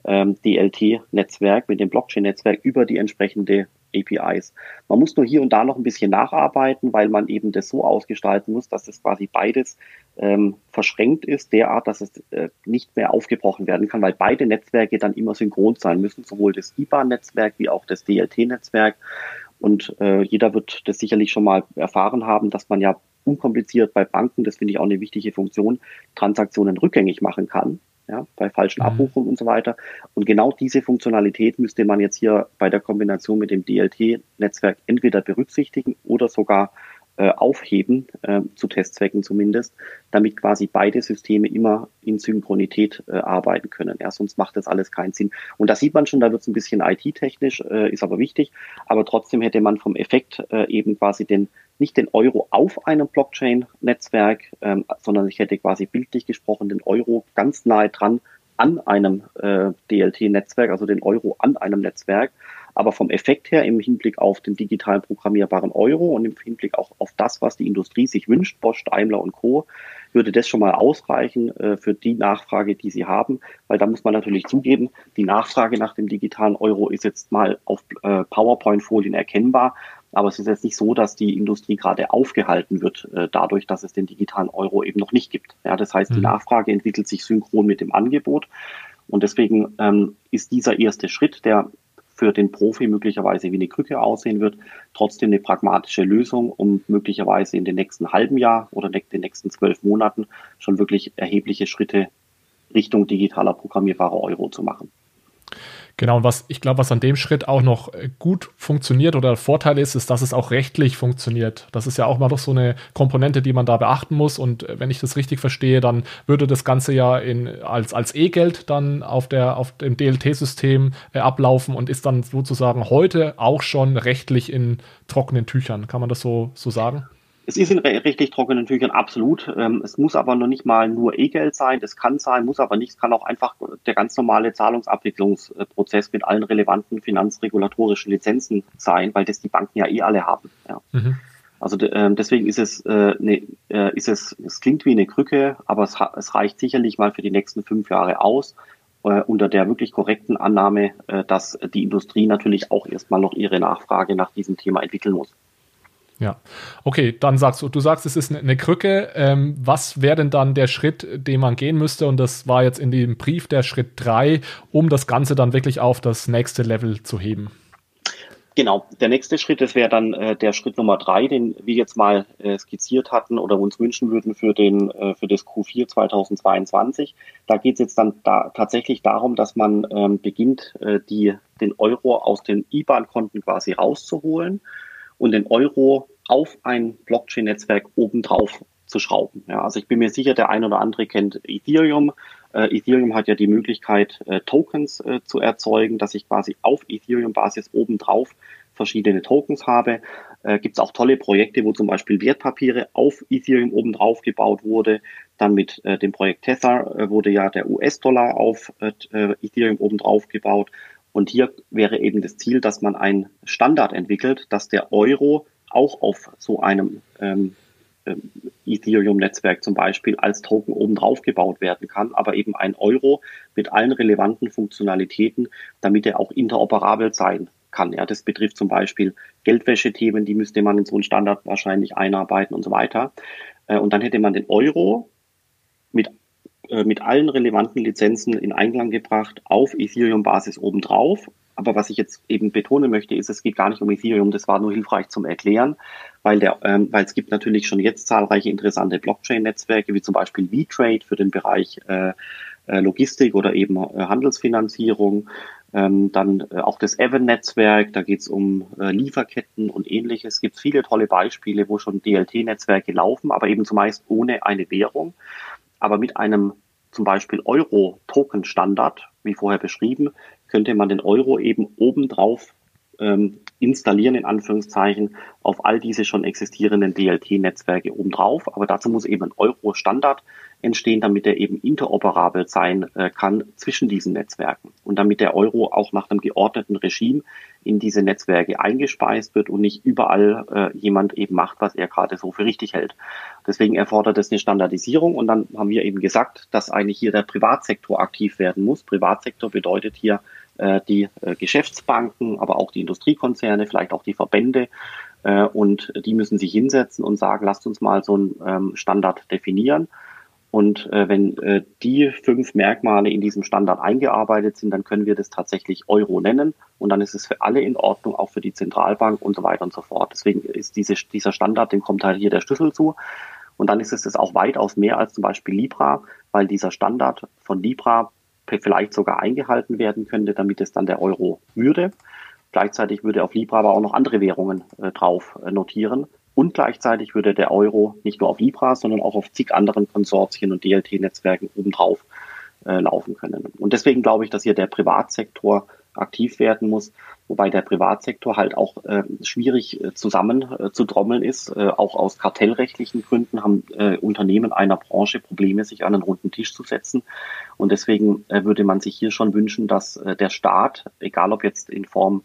ähm, D L T-Netzwerk, mit dem Blockchain-Netzwerk über die entsprechende A P Is. Man muss nur hier und da noch ein bisschen nacharbeiten, weil man eben das so ausgestalten muss, dass es quasi beides ähm, verschränkt ist, derart, dass es äh, nicht mehr aufgebrochen werden kann, weil beide Netzwerke dann immer synchron sein müssen, sowohl das I B A N-Netzwerk wie auch das D L T-Netzwerk. Und äh, jeder wird das sicherlich schon mal erfahren haben, dass man ja unkompliziert bei Banken, das finde ich auch eine wichtige Funktion, Transaktionen rückgängig machen kann. Ja, bei falschen Abbuchungen und so weiter. Und genau diese Funktionalität müsste man jetzt hier bei der Kombination mit dem D L T-Netzwerk entweder berücksichtigen oder sogar äh, aufheben, äh, zu Testzwecken zumindest, damit quasi beide Systeme immer in Synchronität äh, arbeiten können. Ja, sonst macht das alles keinen Sinn. Und da sieht man schon, da wird es ein bisschen I T-technisch, äh, ist aber wichtig. Aber trotzdem hätte man vom Effekt äh, eben quasi den nicht den Euro auf einem Blockchain-Netzwerk, ähm, sondern ich hätte quasi bildlich gesprochen den Euro ganz nahe dran an einem äh, D L T-Netzwerk, also den Euro an einem Netzwerk. Aber vom Effekt her im Hinblick auf den digitalen programmierbaren Euro und im Hinblick auch auf das, was die Industrie sich wünscht, Bosch, Daimler und Co., würde das schon mal ausreichen äh, für die Nachfrage, die sie haben. Weil da muss man natürlich zugeben, die Nachfrage nach dem digitalen Euro ist jetzt mal auf äh, PowerPoint-Folien erkennbar. Aber es ist jetzt nicht so, dass die Industrie gerade aufgehalten wird, äh, dadurch, dass es den digitalen Euro eben noch nicht gibt. Ja, das heißt, die Nachfrage entwickelt sich synchron mit dem Angebot. Und deswegen ähm, ist dieser erste Schritt, der für den Profi möglicherweise wie eine Krücke aussehen wird, trotzdem eine pragmatische Lösung, um möglicherweise in den nächsten halben Jahr oder in den nächsten zwölf Monaten schon wirklich erhebliche Schritte Richtung digitaler programmierbarer Euro zu machen. Genau, und was ich glaube, was an dem Schritt auch noch gut funktioniert oder Vorteil ist, ist, dass es auch rechtlich funktioniert. Das ist ja auch mal doch so eine Komponente, die man da beachten muss. Und wenn ich das richtig verstehe, dann würde das Ganze ja in, als, als E-Geld dann auf, der, auf dem D L T-System äh, ablaufen und ist dann sozusagen heute auch schon rechtlich in trockenen Tüchern. Kann man das so, so sagen? Es ist in richtig trockenen Tüchern absolut. Es muss aber noch nicht mal nur E-Geld sein. Das kann sein, muss aber nicht. Es kann auch einfach der ganz normale Zahlungsabwicklungsprozess mit allen relevanten finanzregulatorischen Lizenzen sein, weil das die Banken ja eh alle haben. Ja. Mhm. Also deswegen ist es, ne, ist es, es klingt wie eine Krücke, aber es, es reicht sicherlich mal für die nächsten fünf Jahre aus, unter der wirklich korrekten Annahme, dass die Industrie natürlich auch erstmal noch ihre Nachfrage nach diesem Thema entwickeln muss. Ja, okay, dann sagst du, du sagst, es ist eine Krücke. Ähm, was wäre denn dann der Schritt, den man gehen müsste? Und das war jetzt in dem Brief der Schritt drei, um das Ganze dann wirklich auf das nächste Level zu heben. Genau, der nächste Schritt, das wäre dann äh, der Schritt Nummer drei, den wir jetzt mal äh, skizziert hatten oder uns wünschen würden für den äh, für das Q vier zweitausendzweiundzwanzig. Da geht es jetzt dann da tatsächlich darum, dass man ähm, beginnt, äh, die den Euro aus den I B A N-Konten quasi rauszuholen und den Euro auf ein Blockchain-Netzwerk obendrauf zu schrauben. Ja, also ich bin mir sicher, der ein oder andere kennt Ethereum. Äh, Ethereum hat ja die Möglichkeit, äh, Tokens äh, zu erzeugen, dass ich quasi auf Ethereum-Basis obendrauf verschiedene Tokens habe. Äh, Gibt es auch tolle Projekte, wo zum Beispiel Wertpapiere auf Ethereum obendrauf gebaut wurde. Dann mit äh, dem Projekt Tether äh, wurde ja der U S-Dollar auf äh, Ethereum obendrauf gebaut. Und hier wäre eben das Ziel, dass man einen Standard entwickelt, dass der Euro auch auf so einem ähm, ähm, Ethereum-Netzwerk zum Beispiel als Token obendrauf gebaut werden kann, aber eben ein Euro mit allen relevanten Funktionalitäten, damit er auch interoperabel sein kann. Ja, das betrifft zum Beispiel Geldwäschethemen, die müsste man in so einen Standard wahrscheinlich einarbeiten und so weiter. Äh, und dann hätte man den Euro mit mit allen relevanten Lizenzen in Einklang gebracht auf Ethereum-Basis obendrauf. Aber was ich jetzt eben betonen möchte, ist, es geht gar nicht um Ethereum, das war nur hilfreich zum Erklären, weil der, ähm, weil es gibt natürlich schon jetzt zahlreiche interessante Blockchain-Netzwerke, wie zum Beispiel V-Trade für den Bereich äh, Logistik oder eben äh, Handelsfinanzierung. Ähm, dann äh, auch das Evan-Netzwerk, da geht es um äh, Lieferketten und ähnliches. Es gibt viele tolle Beispiele, wo schon D L T-Netzwerke laufen, aber eben zumeist ohne eine Währung. Aber mit einem zum Beispiel Euro-Token-Standard, wie vorher beschrieben, könnte man den Euro eben obendrauf ähm, installieren, in Anführungszeichen, auf all diese schon existierenden D L T-Netzwerke obendrauf. Aber dazu muss eben ein Euro-Standard entstehen, damit er eben interoperabel sein äh, kann zwischen diesen Netzwerken und damit der Euro auch nach einem geordneten Regime in diese Netzwerke eingespeist wird und nicht überall äh, jemand eben macht, was er gerade so für richtig hält. Deswegen erfordert es eine Standardisierung und dann haben wir eben gesagt, dass eigentlich hier der Privatsektor aktiv werden muss. Privatsektor bedeutet hier äh, die äh, Geschäftsbanken, aber auch die Industriekonzerne, vielleicht auch die Verbände, äh, und die müssen sich hinsetzen und sagen, lasst uns mal so einen ähm, Standard definieren. Und äh, wenn äh, die fünf Merkmale in diesem Standard eingearbeitet sind, dann können wir das tatsächlich Euro nennen und dann ist es für alle in Ordnung, auch für die Zentralbank und so weiter und so fort. Deswegen ist diese, dieser Standard, dem kommt halt hier der Schlüssel zu. Und dann ist es das auch weitaus mehr als zum Beispiel Libra, weil dieser Standard von Libra vielleicht sogar eingehalten werden könnte, damit es dann der Euro würde. Gleichzeitig würde auf Libra aber auch noch andere Währungen äh, drauf äh, notieren. Und gleichzeitig würde der Euro nicht nur auf Libra, sondern auch auf zig anderen Konsortien und D L T-Netzwerken obendrauf äh, laufen können. Und deswegen glaube ich, dass hier der Privatsektor aktiv werden muss, wobei der Privatsektor halt auch äh, schwierig äh, zusammen äh, zu trommeln ist. Äh, auch aus kartellrechtlichen Gründen haben äh, Unternehmen einer Branche Probleme, sich an einen runden Tisch zu setzen. Und deswegen äh, würde man sich hier schon wünschen, dass äh, der Staat, egal ob jetzt in Form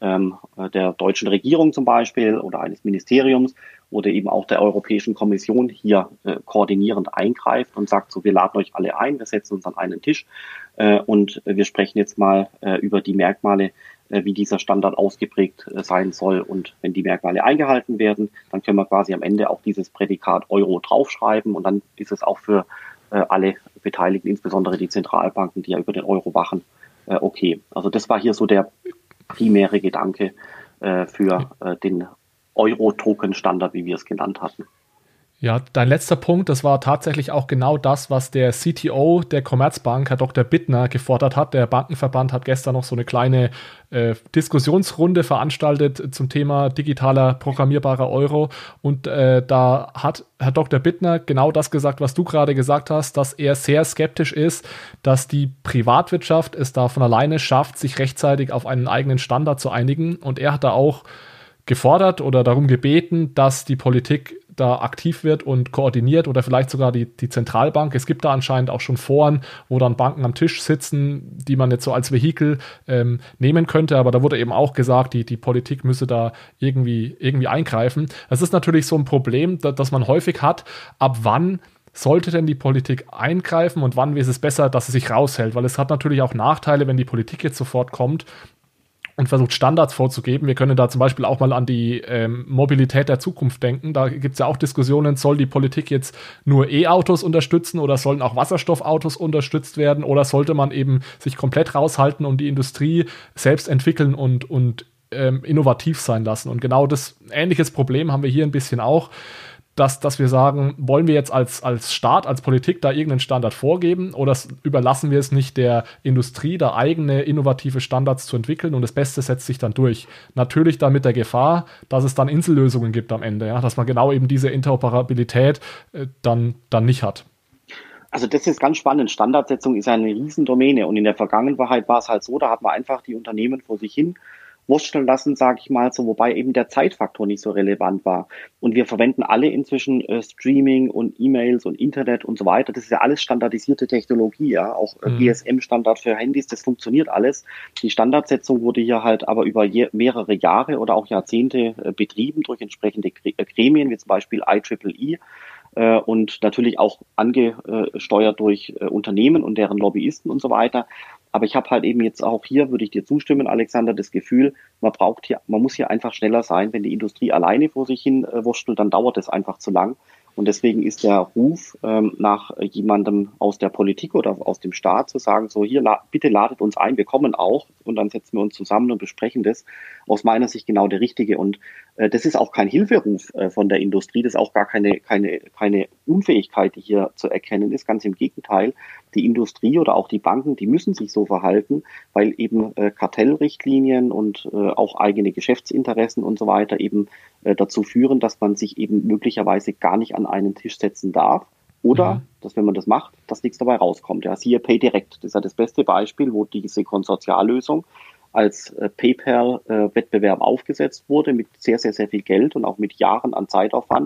der deutschen Regierung zum Beispiel oder eines Ministeriums oder eben auch der Europäischen Kommission hier äh, koordinierend eingreift und sagt, so, wir laden euch alle ein, wir setzen uns an einen Tisch äh, und wir sprechen jetzt mal äh, über die Merkmale, äh, wie dieser Standard ausgeprägt äh, sein soll. Und wenn die Merkmale eingehalten werden, dann können wir quasi am Ende auch dieses Prädikat Euro draufschreiben und dann ist es auch für äh, alle Beteiligten, insbesondere die Zentralbanken, die ja über den Euro wachen, äh, okay. Also das war hier so der primäre Gedanke äh, für äh, den Euro-Token-Standard, wie wir es genannt hatten. Ja, dein letzter Punkt, das war tatsächlich auch genau das, was der C T O der Commerzbank, Herr Doktor Bittner, gefordert hat. Der Bankenverband hat gestern noch so eine kleine äh, Diskussionsrunde veranstaltet zum Thema digitaler, programmierbarer Euro. Und äh, da hat Herr Doktor Bittner genau das gesagt, was du gerade gesagt hast, dass er sehr skeptisch ist, dass die Privatwirtschaft es da von alleine schafft, sich rechtzeitig auf einen eigenen Standard zu einigen. Und er hat da auch gefordert oder darum gebeten, dass die Politik da aktiv wird und koordiniert oder vielleicht sogar die, die Zentralbank. Es gibt da anscheinend auch schon Foren, wo dann Banken am Tisch sitzen, die man jetzt so als Vehikel ähm, nehmen könnte, aber da wurde eben auch gesagt, die, die Politik müsse da irgendwie, irgendwie eingreifen. Das ist natürlich so ein Problem, da, das man häufig hat. Ab wann sollte denn die Politik eingreifen und wann ist es besser, dass sie sich raushält? Weil es hat natürlich auch Nachteile, wenn die Politik jetzt sofort kommt und versucht, Standards vorzugeben. Wir können da zum Beispiel auch mal an die ähm, Mobilität der Zukunft denken. Da gibt es ja auch Diskussionen, soll die Politik jetzt nur E-Autos unterstützen oder sollen auch Wasserstoffautos unterstützt werden oder sollte man eben sich komplett raushalten und die Industrie selbst entwickeln und, und ähm, innovativ sein lassen? Und genau das ähnliches Problem haben wir hier ein bisschen auch, Dass, dass wir sagen, wollen wir jetzt als, als Staat, als Politik da irgendeinen Standard vorgeben oder überlassen wir es nicht der Industrie, da eigene innovative Standards zu entwickeln und das Beste setzt sich dann durch. Natürlich dann mit der Gefahr, dass es dann Insellösungen gibt am Ende, ja? Dass man genau eben diese Interoperabilität äh, dann, dann nicht hat. Also das ist ganz spannend. Standardsetzung ist eine Riesendomäne und in der Vergangenheit war es halt so, da hat man einfach die Unternehmen vor sich hin wursteln lassen, sage ich mal so, wobei eben der Zeitfaktor nicht so relevant war. Und wir verwenden alle inzwischen äh, Streaming und E-Mails und Internet und so weiter. Das ist ja alles standardisierte Technologie, ja, auch äh, mhm. G S M-Standard für Handys, das funktioniert alles. Die Standardsetzung wurde hier halt aber über je, mehrere Jahre oder auch Jahrzehnte äh, betrieben durch entsprechende Gremien, wie zum Beispiel I triple E. Äh, und natürlich auch angesteuert durch äh, Unternehmen und deren Lobbyisten und so weiter. Aber ich habe halt eben jetzt auch hier, würde ich dir zustimmen, Alexander, das Gefühl, man braucht hier, man muss hier einfach schneller sein. Wenn die Industrie alleine vor sich hin äh, wurstelt, dann dauert es einfach zu lang. Und deswegen ist der Ruf ähm, nach jemandem aus der Politik oder aus dem Staat zu sagen, so hier, la- bitte ladet uns ein, wir kommen auch und dann setzen wir uns zusammen und besprechen das, aus meiner Sicht genau der richtige. Und äh, das ist auch kein Hilferuf äh, von der Industrie, das ist auch gar keine, keine, keine Unfähigkeit, die hier zu erkennen ist. Ganz im Gegenteil, die Industrie oder auch die Banken, die müssen sich so verhalten, weil eben äh, Kartellrichtlinien und äh, auch eigene Geschäftsinteressen und so weiter eben äh, dazu führen, dass man sich eben möglicherweise gar nicht an einen Tisch setzen darf. Oder, mhm. dass wenn man das macht, dass nichts dabei rauskommt. Ja, siehe PayDirect, das ist ja das beste Beispiel, wo diese Konsortiallösung als äh, PayPal-Wettbewerb äh, aufgesetzt wurde mit sehr, sehr, sehr viel Geld und auch mit Jahren an Zeitaufwand.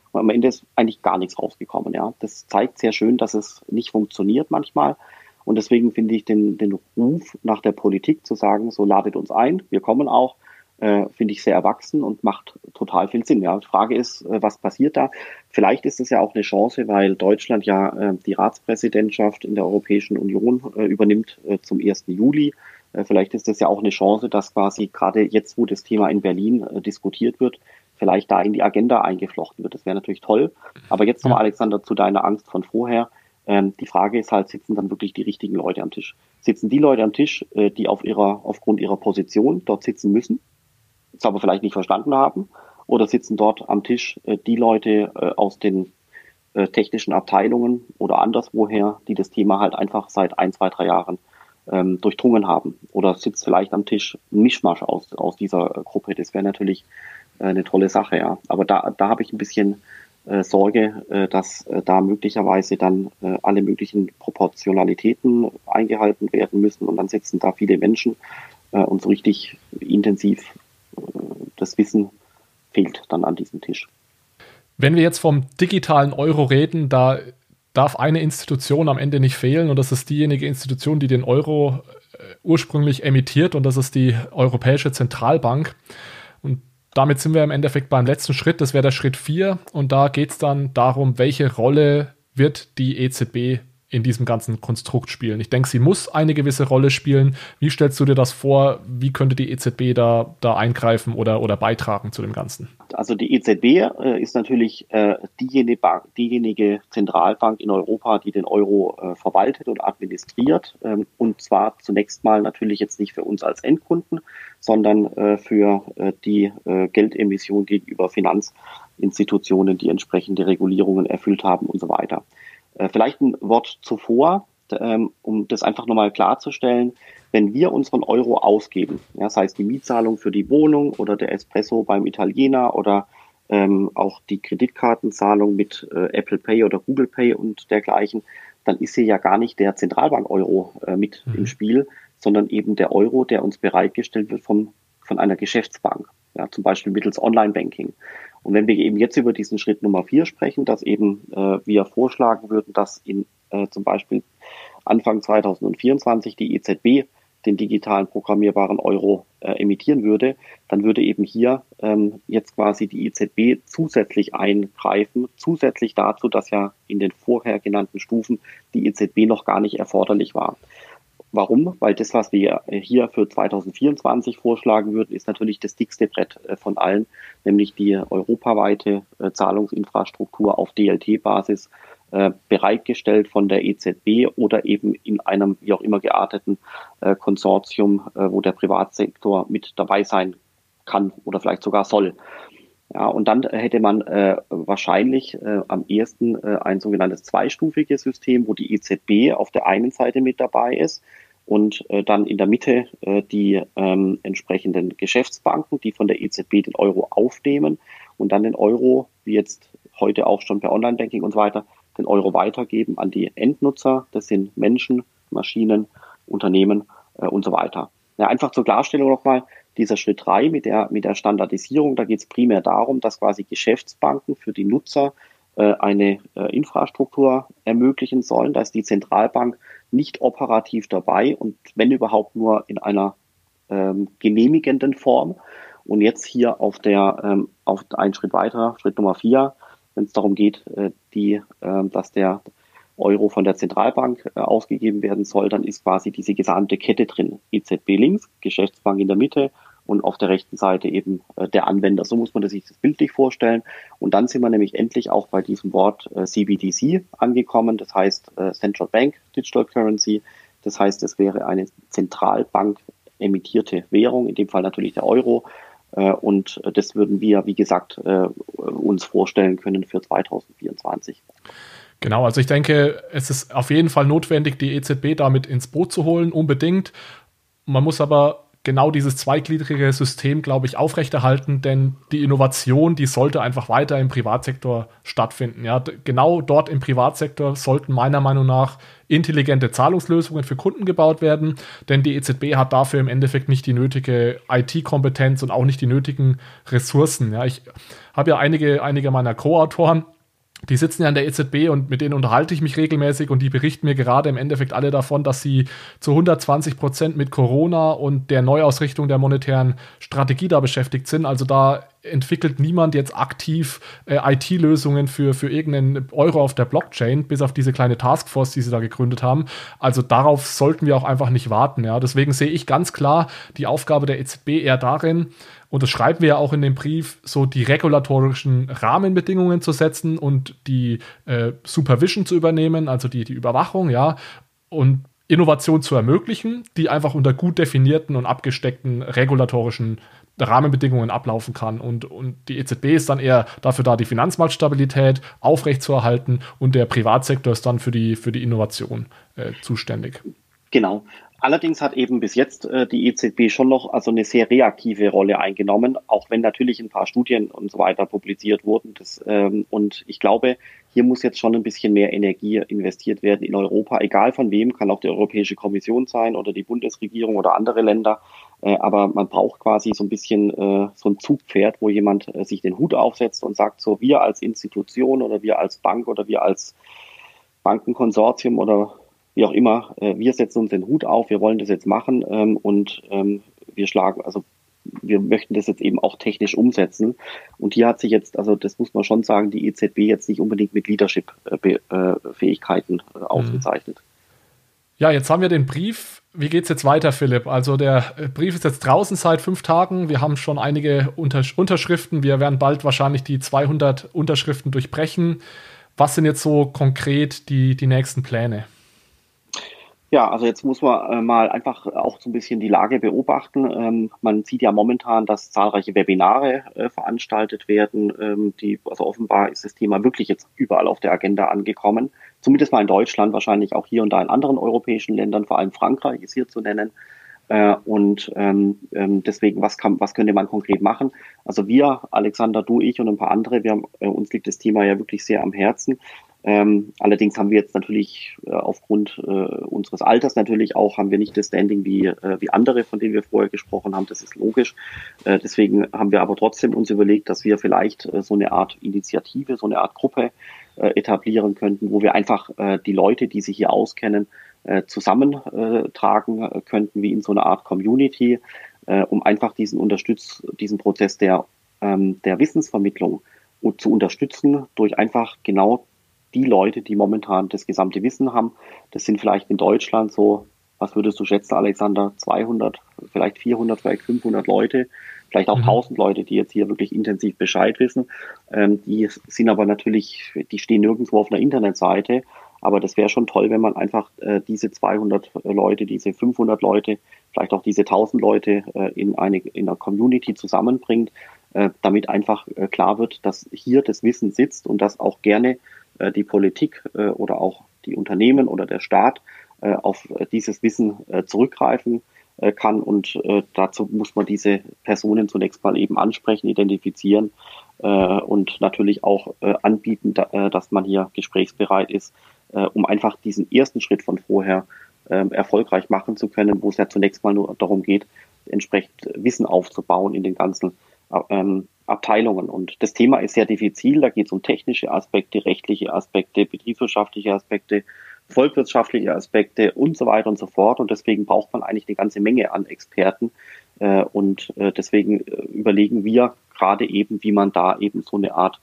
Und am Ende ist eigentlich gar nichts rausgekommen. Ja. Das zeigt sehr schön, dass es nicht funktioniert manchmal. Und deswegen finde ich den, den Ruf nach der Politik zu sagen, so ladet uns ein, wir kommen auch, äh, finde ich sehr erwachsen und macht total viel Sinn. Ja. Die Frage ist, äh, was passiert da? Vielleicht ist es ja auch eine Chance, weil Deutschland ja äh, die Ratspräsidentschaft in der Europäischen Union äh, übernimmt äh, zum ersten Juli. Äh, vielleicht ist es ja auch eine Chance, dass quasi gerade jetzt, wo das Thema in Berlin äh, diskutiert wird, vielleicht da in die Agenda eingeflochten wird. Das wäre natürlich toll. Aber jetzt nochmal, Alexander, zu deiner Angst von vorher. Ähm, die Frage ist halt, sitzen dann wirklich die richtigen Leute am Tisch? Sitzen die Leute am Tisch, äh, die auf ihrer, aufgrund ihrer Position dort sitzen müssen, es aber vielleicht nicht verstanden haben? Oder sitzen dort am Tisch äh, die Leute äh, aus den äh, technischen Abteilungen oder anderswoher, die das Thema halt einfach seit ein, zwei, drei Jahren ähm, durchdrungen haben? Oder sitzt vielleicht am Tisch ein Mischmasch aus, aus dieser äh, Gruppe? Das wäre natürlich äh, eine tolle Sache, ja. Aber da, da habe ich ein bisschen Äh, Sorge, äh, dass äh, da möglicherweise dann äh, alle möglichen Proportionalitäten eingehalten werden müssen und dann sitzen da viele Menschen äh, und so richtig intensiv äh, das Wissen fehlt dann an diesem Tisch. Wenn wir jetzt vom digitalen Euro reden, da darf eine Institution am Ende nicht fehlen und das ist diejenige Institution, die den Euro äh, ursprünglich emittiert und das ist die Europäische Zentralbank. Und damit sind wir im Endeffekt beim letzten Schritt, das wäre der Schritt vier und da geht es dann darum, welche Rolle wird die E Z B in diesem ganzen Konstrukt spielen. Ich denke, sie muss eine gewisse Rolle spielen. Wie stellst du dir das vor? Wie könnte die E Z B da, da eingreifen oder, oder beitragen zu dem Ganzen? Also die E Z B äh, ist natürlich äh, diejenige, Bank, diejenige Zentralbank in Europa, die den Euro äh, verwaltet und administriert. Ähm, und zwar zunächst mal natürlich jetzt nicht für uns als Endkunden, sondern äh, für äh, die äh, Geldemission gegenüber Finanzinstitutionen, die entsprechende Regulierungen erfüllt haben und so weiter. Äh, vielleicht ein Wort zuvor, ähm, um das einfach nochmal klarzustellen. Wenn wir unseren Euro ausgeben, ja, sei es die Mietzahlung für die Wohnung oder der Espresso beim Italiener oder ähm, auch die Kreditkartenzahlung mit äh, Apple Pay oder Google Pay und dergleichen, dann ist hier ja gar nicht der Zentralbank-Euro äh, mit mhm. im Spiel, sondern eben der Euro, der uns bereitgestellt wird vom, von einer Geschäftsbank, ja, zum Beispiel mittels Online-Banking. Und wenn wir eben jetzt über diesen Schritt Nummer vier sprechen, dass eben äh, wir vorschlagen würden, dass in äh, zum Beispiel Anfang zwanzig vierundzwanzig die E Z B den digitalen programmierbaren Euro äh, emittieren würde, dann würde eben hier ähm, jetzt quasi die E Z B zusätzlich eingreifen, zusätzlich dazu, dass ja in den vorher genannten Stufen die E Z B noch gar nicht erforderlich war. Warum? Weil das, was wir hier für zwanzig vierundzwanzig vorschlagen würden, ist natürlich das dickste Brett von allen, nämlich die europaweite Zahlungsinfrastruktur auf D L T-Basis, äh, bereitgestellt von der E Z B oder eben in einem wie auch immer gearteten äh, Konsortium, äh, wo der Privatsektor mit dabei sein kann oder vielleicht sogar soll. Ja, und dann hätte man äh, wahrscheinlich äh, am ehesten äh, ein sogenanntes zweistufiges System, wo die E Z B auf der einen Seite mit dabei ist und äh, dann in der Mitte äh, die ähm, entsprechenden Geschäftsbanken, die von der E Z B den Euro aufnehmen und dann den Euro, wie jetzt heute auch schon per Online-Banking und so weiter, den Euro weitergeben an die Endnutzer. Das sind Menschen, Maschinen, Unternehmen äh, und so weiter. Ja, einfach zur Klarstellung nochmal, dieser Schritt drei mit der, mit der Standardisierung, da geht es primär darum, dass quasi Geschäftsbanken für die Nutzer äh, eine äh, Infrastruktur ermöglichen sollen. Da ist die Zentralbank nicht operativ dabei und wenn überhaupt nur in einer ähm, genehmigenden Form. Und jetzt hier auf der ähm, auf einen Schritt weiter, Schritt Nummer vier, wenn es darum geht, äh, die, äh, dass der Euro von der Zentralbank äh, ausgegeben werden soll, dann ist quasi diese gesamte Kette drin. E Z B links, Geschäftsbank in der Mitte und auf der rechten Seite eben äh, der Anwender. So muss man sich das bildlich vorstellen. Und dann sind wir nämlich endlich auch bei diesem Wort äh, C B D C angekommen. Das heißt äh, Central Bank Digital Currency. Das heißt, es wäre eine Zentralbank emittierte Währung, in dem Fall natürlich der Euro. Äh, und das würden wir, wie gesagt, äh, uns vorstellen können für zwanzig vierundzwanzig. Genau, also ich denke, es ist auf jeden Fall notwendig, die E Z B damit ins Boot zu holen, unbedingt. Man muss aber genau dieses zweigliedrige System, glaube ich, aufrechterhalten, denn die Innovation, die sollte einfach weiter im Privatsektor stattfinden. Ja, genau dort im Privatsektor sollten meiner Meinung nach intelligente Zahlungslösungen für Kunden gebaut werden, denn die E Z B hat dafür im Endeffekt nicht die nötige I T-Kompetenz und auch nicht die nötigen Ressourcen. Ja, ich habe ja einige, einige meiner Co-Autoren, die sitzen ja in der E Z B und mit denen unterhalte ich mich regelmäßig und die berichten mir gerade im Endeffekt alle davon, dass sie zu hundertzwanzig Prozent mit Corona und der Neuausrichtung der monetären Strategie da beschäftigt sind. Also da entwickelt niemand jetzt aktiv äh, I T-Lösungen für, für irgendeinen Euro auf der Blockchain, bis auf diese kleine Taskforce, die sie da gegründet haben. Also darauf sollten wir auch einfach nicht warten. Ja. Deswegen sehe ich ganz klar die Aufgabe der E Z B eher darin, und das schreiben wir ja auch in dem Brief, so die regulatorischen Rahmenbedingungen zu setzen und die äh, Supervision zu übernehmen, also die, die Überwachung, ja, und Innovation zu ermöglichen, die einfach unter gut definierten und abgesteckten regulatorischen Rahmenbedingungen ablaufen kann. Und, und die E Z B ist dann eher dafür da, die Finanzmarktstabilität aufrechtzuerhalten, und der Privatsektor ist dann für die, für die Innovation äh, zuständig. Genau. Allerdings hat eben bis jetzt äh, die E Z B schon noch also eine sehr reaktive Rolle eingenommen, auch wenn natürlich ein paar Studien und so weiter publiziert wurden. Das, ähm, und ich glaube, hier muss jetzt schon ein bisschen mehr Energie investiert werden in Europa, egal von wem, kann auch die Europäische Kommission sein oder die Bundesregierung oder andere Länder. Äh, aber man braucht quasi so ein bisschen äh, so ein Zugpferd, wo jemand äh, sich den Hut aufsetzt und sagt, so wir als Institution oder wir als Bank oder wir als Bankenkonsortium oder wie auch immer, äh, wir setzen uns den Hut auf, wir wollen das jetzt machen ähm, und ähm, wir schlagen, also wir möchten das jetzt eben auch technisch umsetzen. Und hier hat sich jetzt, also das muss man schon sagen, die E Z B jetzt nicht unbedingt mit Leadership-Fähigkeiten äh, äh, ausgezeichnet. Ja, jetzt haben wir den Brief. Wie geht's jetzt weiter, Philipp? Also der Brief ist jetzt draußen seit fünf Tagen. Wir haben schon einige Untersch- Unterschriften. Wir werden bald wahrscheinlich die zweihundert Unterschriften durchbrechen. Was sind jetzt so konkret die, die nächsten Pläne? Ja, also jetzt muss man äh, mal einfach auch so ein bisschen die Lage beobachten. Ähm, man sieht ja momentan, dass zahlreiche Webinare äh, veranstaltet werden. Ähm, die, also offenbar ist das Thema wirklich jetzt überall auf der Agenda angekommen. Zumindest mal in Deutschland, wahrscheinlich auch hier und da in anderen europäischen Ländern, vor allem Frankreich ist hier zu nennen. Äh, und ähm, deswegen, was kann, was könnte man konkret machen? Also wir, Alexander, du, ich und ein paar andere, wir haben, äh, uns liegt das Thema ja wirklich sehr am Herzen. Ähm, allerdings haben wir jetzt natürlich äh, aufgrund äh, unseres Alters natürlich auch, haben wir nicht das Standing wie, äh, wie andere, von denen wir vorher gesprochen haben, das ist logisch. Äh, deswegen haben wir aber trotzdem uns überlegt, dass wir vielleicht äh, so eine Art Initiative, so eine Art Gruppe äh, etablieren könnten, wo wir einfach äh, die Leute, die sich hier auskennen, äh, zusammentragen äh, könnten, wie in so einer Art Community, äh, um einfach diesen Unterstütz, diesen Prozess der, ähm, der Wissensvermittlung zu unterstützen durch einfach genau die Leute, die momentan das gesamte Wissen haben. Das sind vielleicht in Deutschland so, was würdest du schätzen, Alexander, zweihundert, vielleicht vierhundert, vielleicht fünfhundert Leute, vielleicht auch mhm. tausend Leute, die jetzt hier wirklich intensiv Bescheid wissen. Ähm, die sind aber natürlich, die stehen nirgendwo auf einer Internetseite, aber das wäre schon toll, wenn man einfach äh, diese zweihundert Leute, diese fünfhundert Leute, vielleicht auch diese tausend Leute äh, in eine in einer Community zusammenbringt, äh, damit einfach äh, klar wird, dass hier das Wissen sitzt und dass auch gerne die Politik äh, oder auch die Unternehmen oder der Staat äh, auf dieses Wissen äh, zurückgreifen äh, kann. Und äh, dazu muss man diese Personen zunächst mal eben ansprechen, identifizieren äh, und natürlich auch äh, anbieten, da, äh, dass man hier gesprächsbereit ist, äh, um einfach diesen ersten Schritt von vorher äh, erfolgreich machen zu können, wo es ja zunächst mal nur darum geht, entsprechend Wissen aufzubauen in den ganzen ähm, Abteilungen. Und das Thema ist sehr diffizil. Da geht es um technische Aspekte, rechtliche Aspekte, betriebswirtschaftliche Aspekte, volkswirtschaftliche Aspekte und so weiter und so fort. Und deswegen braucht man eigentlich eine ganze Menge an Experten. Und deswegen überlegen wir gerade eben, wie man da eben so eine Art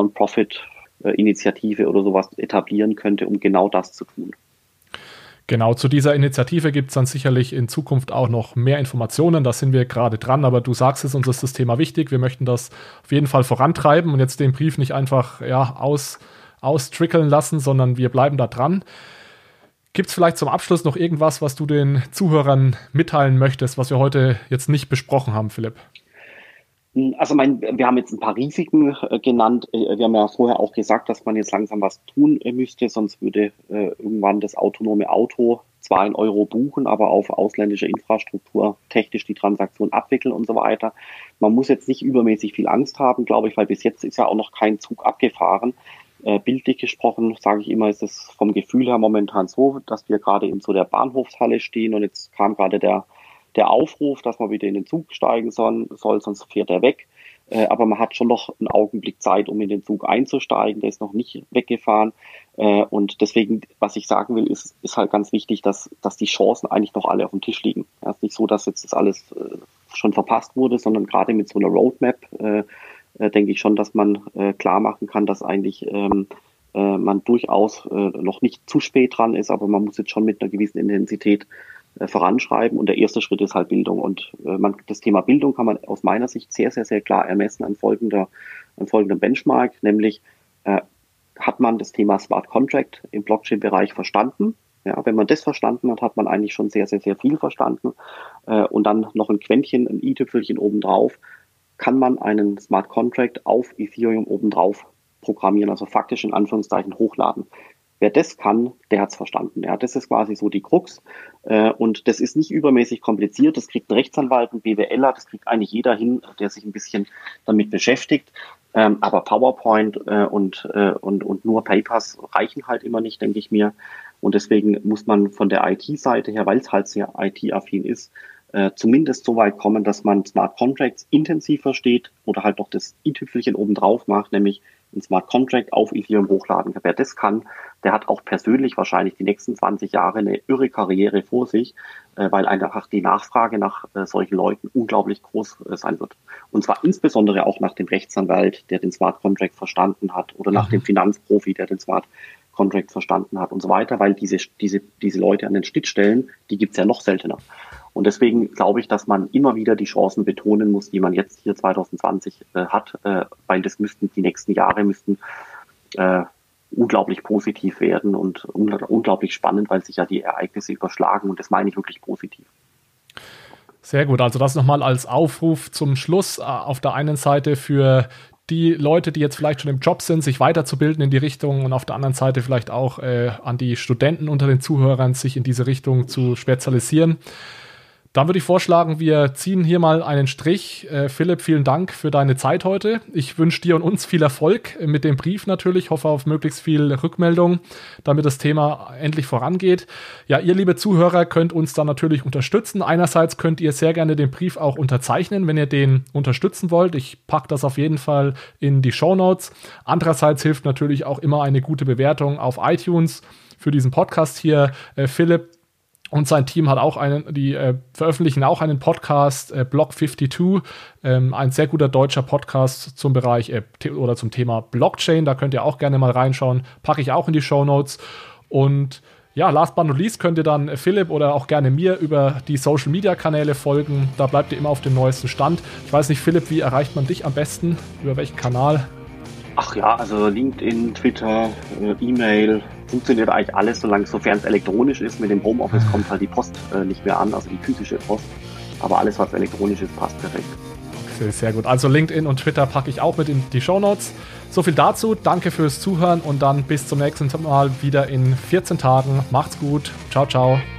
Non-Profit-Initiative oder sowas etablieren könnte, um genau das zu tun. Genau, zu dieser Initiative gibt es dann sicherlich in Zukunft auch noch mehr Informationen. Da sind wir gerade dran, aber du sagst es, uns ist das Thema wichtig. Wir möchten das auf jeden Fall vorantreiben und jetzt den Brief nicht einfach ja, aus, austrickeln lassen, sondern wir bleiben da dran. Gibt es vielleicht zum Abschluss noch irgendwas, was du den Zuhörern mitteilen möchtest, was wir heute jetzt nicht besprochen haben, Philipp? Also mein, wir haben jetzt ein paar Risiken äh, genannt. Äh, wir haben ja vorher auch gesagt, dass man jetzt langsam was tun äh, müsste, sonst würde äh, irgendwann das autonome Auto zwar in Euro buchen, aber auf ausländischer Infrastruktur technisch die Transaktion abwickeln und so weiter. Man muss jetzt nicht übermäßig viel Angst haben, glaube ich, weil bis jetzt ist ja auch noch kein Zug abgefahren. Äh, bildlich gesprochen, sage ich immer, ist es vom Gefühl her momentan so, dass wir gerade in so der Bahnhofshalle stehen und jetzt kam gerade der der Aufruf, dass man wieder in den Zug steigen soll, soll sonst fährt er weg. Äh, aber man hat schon noch einen Augenblick Zeit, um in den Zug einzusteigen. Der ist noch nicht weggefahren. Äh, und deswegen, was ich sagen will, ist, ist halt ganz wichtig, dass, dass die Chancen eigentlich noch alle auf dem Tisch liegen. Es ist nicht so, dass jetzt das alles äh, schon verpasst wurde, sondern gerade mit so einer Roadmap äh, äh, denke ich schon, dass man äh, klar machen kann, dass eigentlich ähm, äh, man durchaus äh, noch nicht zu spät dran ist, aber man muss jetzt schon mit einer gewissen Intensität voranschreiben und der erste Schritt ist halt Bildung und äh, man, das Thema Bildung kann man aus meiner Sicht sehr, sehr, sehr klar ermessen an folgender, an folgendem Benchmark, nämlich äh, hat man das Thema Smart Contract im Blockchain-Bereich verstanden. Ja, wenn man das verstanden hat, hat man eigentlich schon sehr, sehr, sehr viel verstanden äh, und dann noch ein Quäntchen, ein i-Tüpfelchen obendrauf, kann man einen Smart Contract auf Ethereum obendrauf programmieren, also faktisch in Anführungszeichen hochladen. Wer das kann, der hat's verstanden. Ja, das ist quasi so die Krux. Äh, und das ist nicht übermäßig kompliziert. Das kriegt ein Rechtsanwalt, ein BWLer, das kriegt eigentlich jeder hin, der sich ein bisschen damit beschäftigt. Ähm, aber PowerPoint äh, und, äh, und, und nur Papers reichen halt immer nicht, denke ich mir. Und deswegen muss man von der I T-Seite her, weil es halt sehr I T-affin ist, äh, zumindest so weit kommen, dass man Smart Contracts intensiv versteht oder halt noch das i-Tüpfelchen oben drauf macht, nämlich ein Smart Contract auf Ethereum hochladen. Wer das kann, der hat auch persönlich wahrscheinlich die nächsten zwanzig Jahre eine irre Karriere vor sich, äh, weil einfach die Nachfrage nach äh, solchen Leuten unglaublich groß äh, sein wird. Und zwar insbesondere auch nach dem Rechtsanwalt, der den Smart Contract verstanden hat oder nach dem Finanzprofi, der den Smart Contract verstanden hat und so weiter, weil diese, diese, diese Leute an den Schnittstellen, die gibt's ja noch seltener. Und deswegen glaube ich, dass man immer wieder die Chancen betonen muss, die man jetzt hier zwanzig zwanzig äh, hat, äh, weil das müssten die nächsten Jahre müssten äh, unglaublich positiv werden und un- unglaublich spannend, weil sich ja die Ereignisse überschlagen und das meine ich wirklich positiv. Sehr gut, also das nochmal als Aufruf zum Schluss. Äh, auf der einen Seite für die Leute, die jetzt vielleicht schon im Job sind, sich weiterzubilden in die Richtung und auf der anderen Seite vielleicht auch äh, an die Studenten unter den Zuhörern, sich in diese Richtung zu spezialisieren. Dann würde ich vorschlagen, wir ziehen hier mal einen Strich. Äh, Philipp, vielen Dank für deine Zeit heute. Ich wünsche dir und uns viel Erfolg mit dem Brief natürlich. Hoffe auf möglichst viel Rückmeldung, damit das Thema endlich vorangeht. Ja, ihr, liebe Zuhörer, könnt uns dann natürlich unterstützen. Einerseits könnt ihr sehr gerne den Brief auch unterzeichnen, wenn ihr den unterstützen wollt. Ich packe das auf jeden Fall in die Shownotes. Andererseits hilft natürlich auch immer eine gute Bewertung auf iTunes für diesen Podcast hier. Äh, Philipp und sein Team hat auch einen, die äh, veröffentlichen auch einen Podcast, äh, Block zweiundfünfzig, ähm, ein sehr guter deutscher Podcast zum Bereich äh, te- oder zum Thema Blockchain. Da könnt ihr auch gerne mal reinschauen. Packe ich auch in die Shownotes. Und ja, last but not least könnt ihr dann äh, Philipp oder auch gerne mir über die Social Media Kanäle folgen. Da bleibt ihr immer auf dem neuesten Stand. Ich weiß nicht, Philipp, wie erreicht man dich am besten? Über welchen Kanal? Ach ja, also LinkedIn, Twitter, äh, E-Mail, funktioniert eigentlich alles, solange sofern es elektronisch ist. Mit dem Homeoffice kommt halt die Post äh, nicht mehr an, also die physische Post. Aber alles, was elektronisch ist, passt perfekt. Okay, sehr gut. Also LinkedIn und Twitter packe ich auch mit in die Shownotes. So viel dazu. Danke fürs Zuhören und dann bis zum nächsten Mal wieder in vierzehn Tagen. Macht's gut. Ciao, ciao.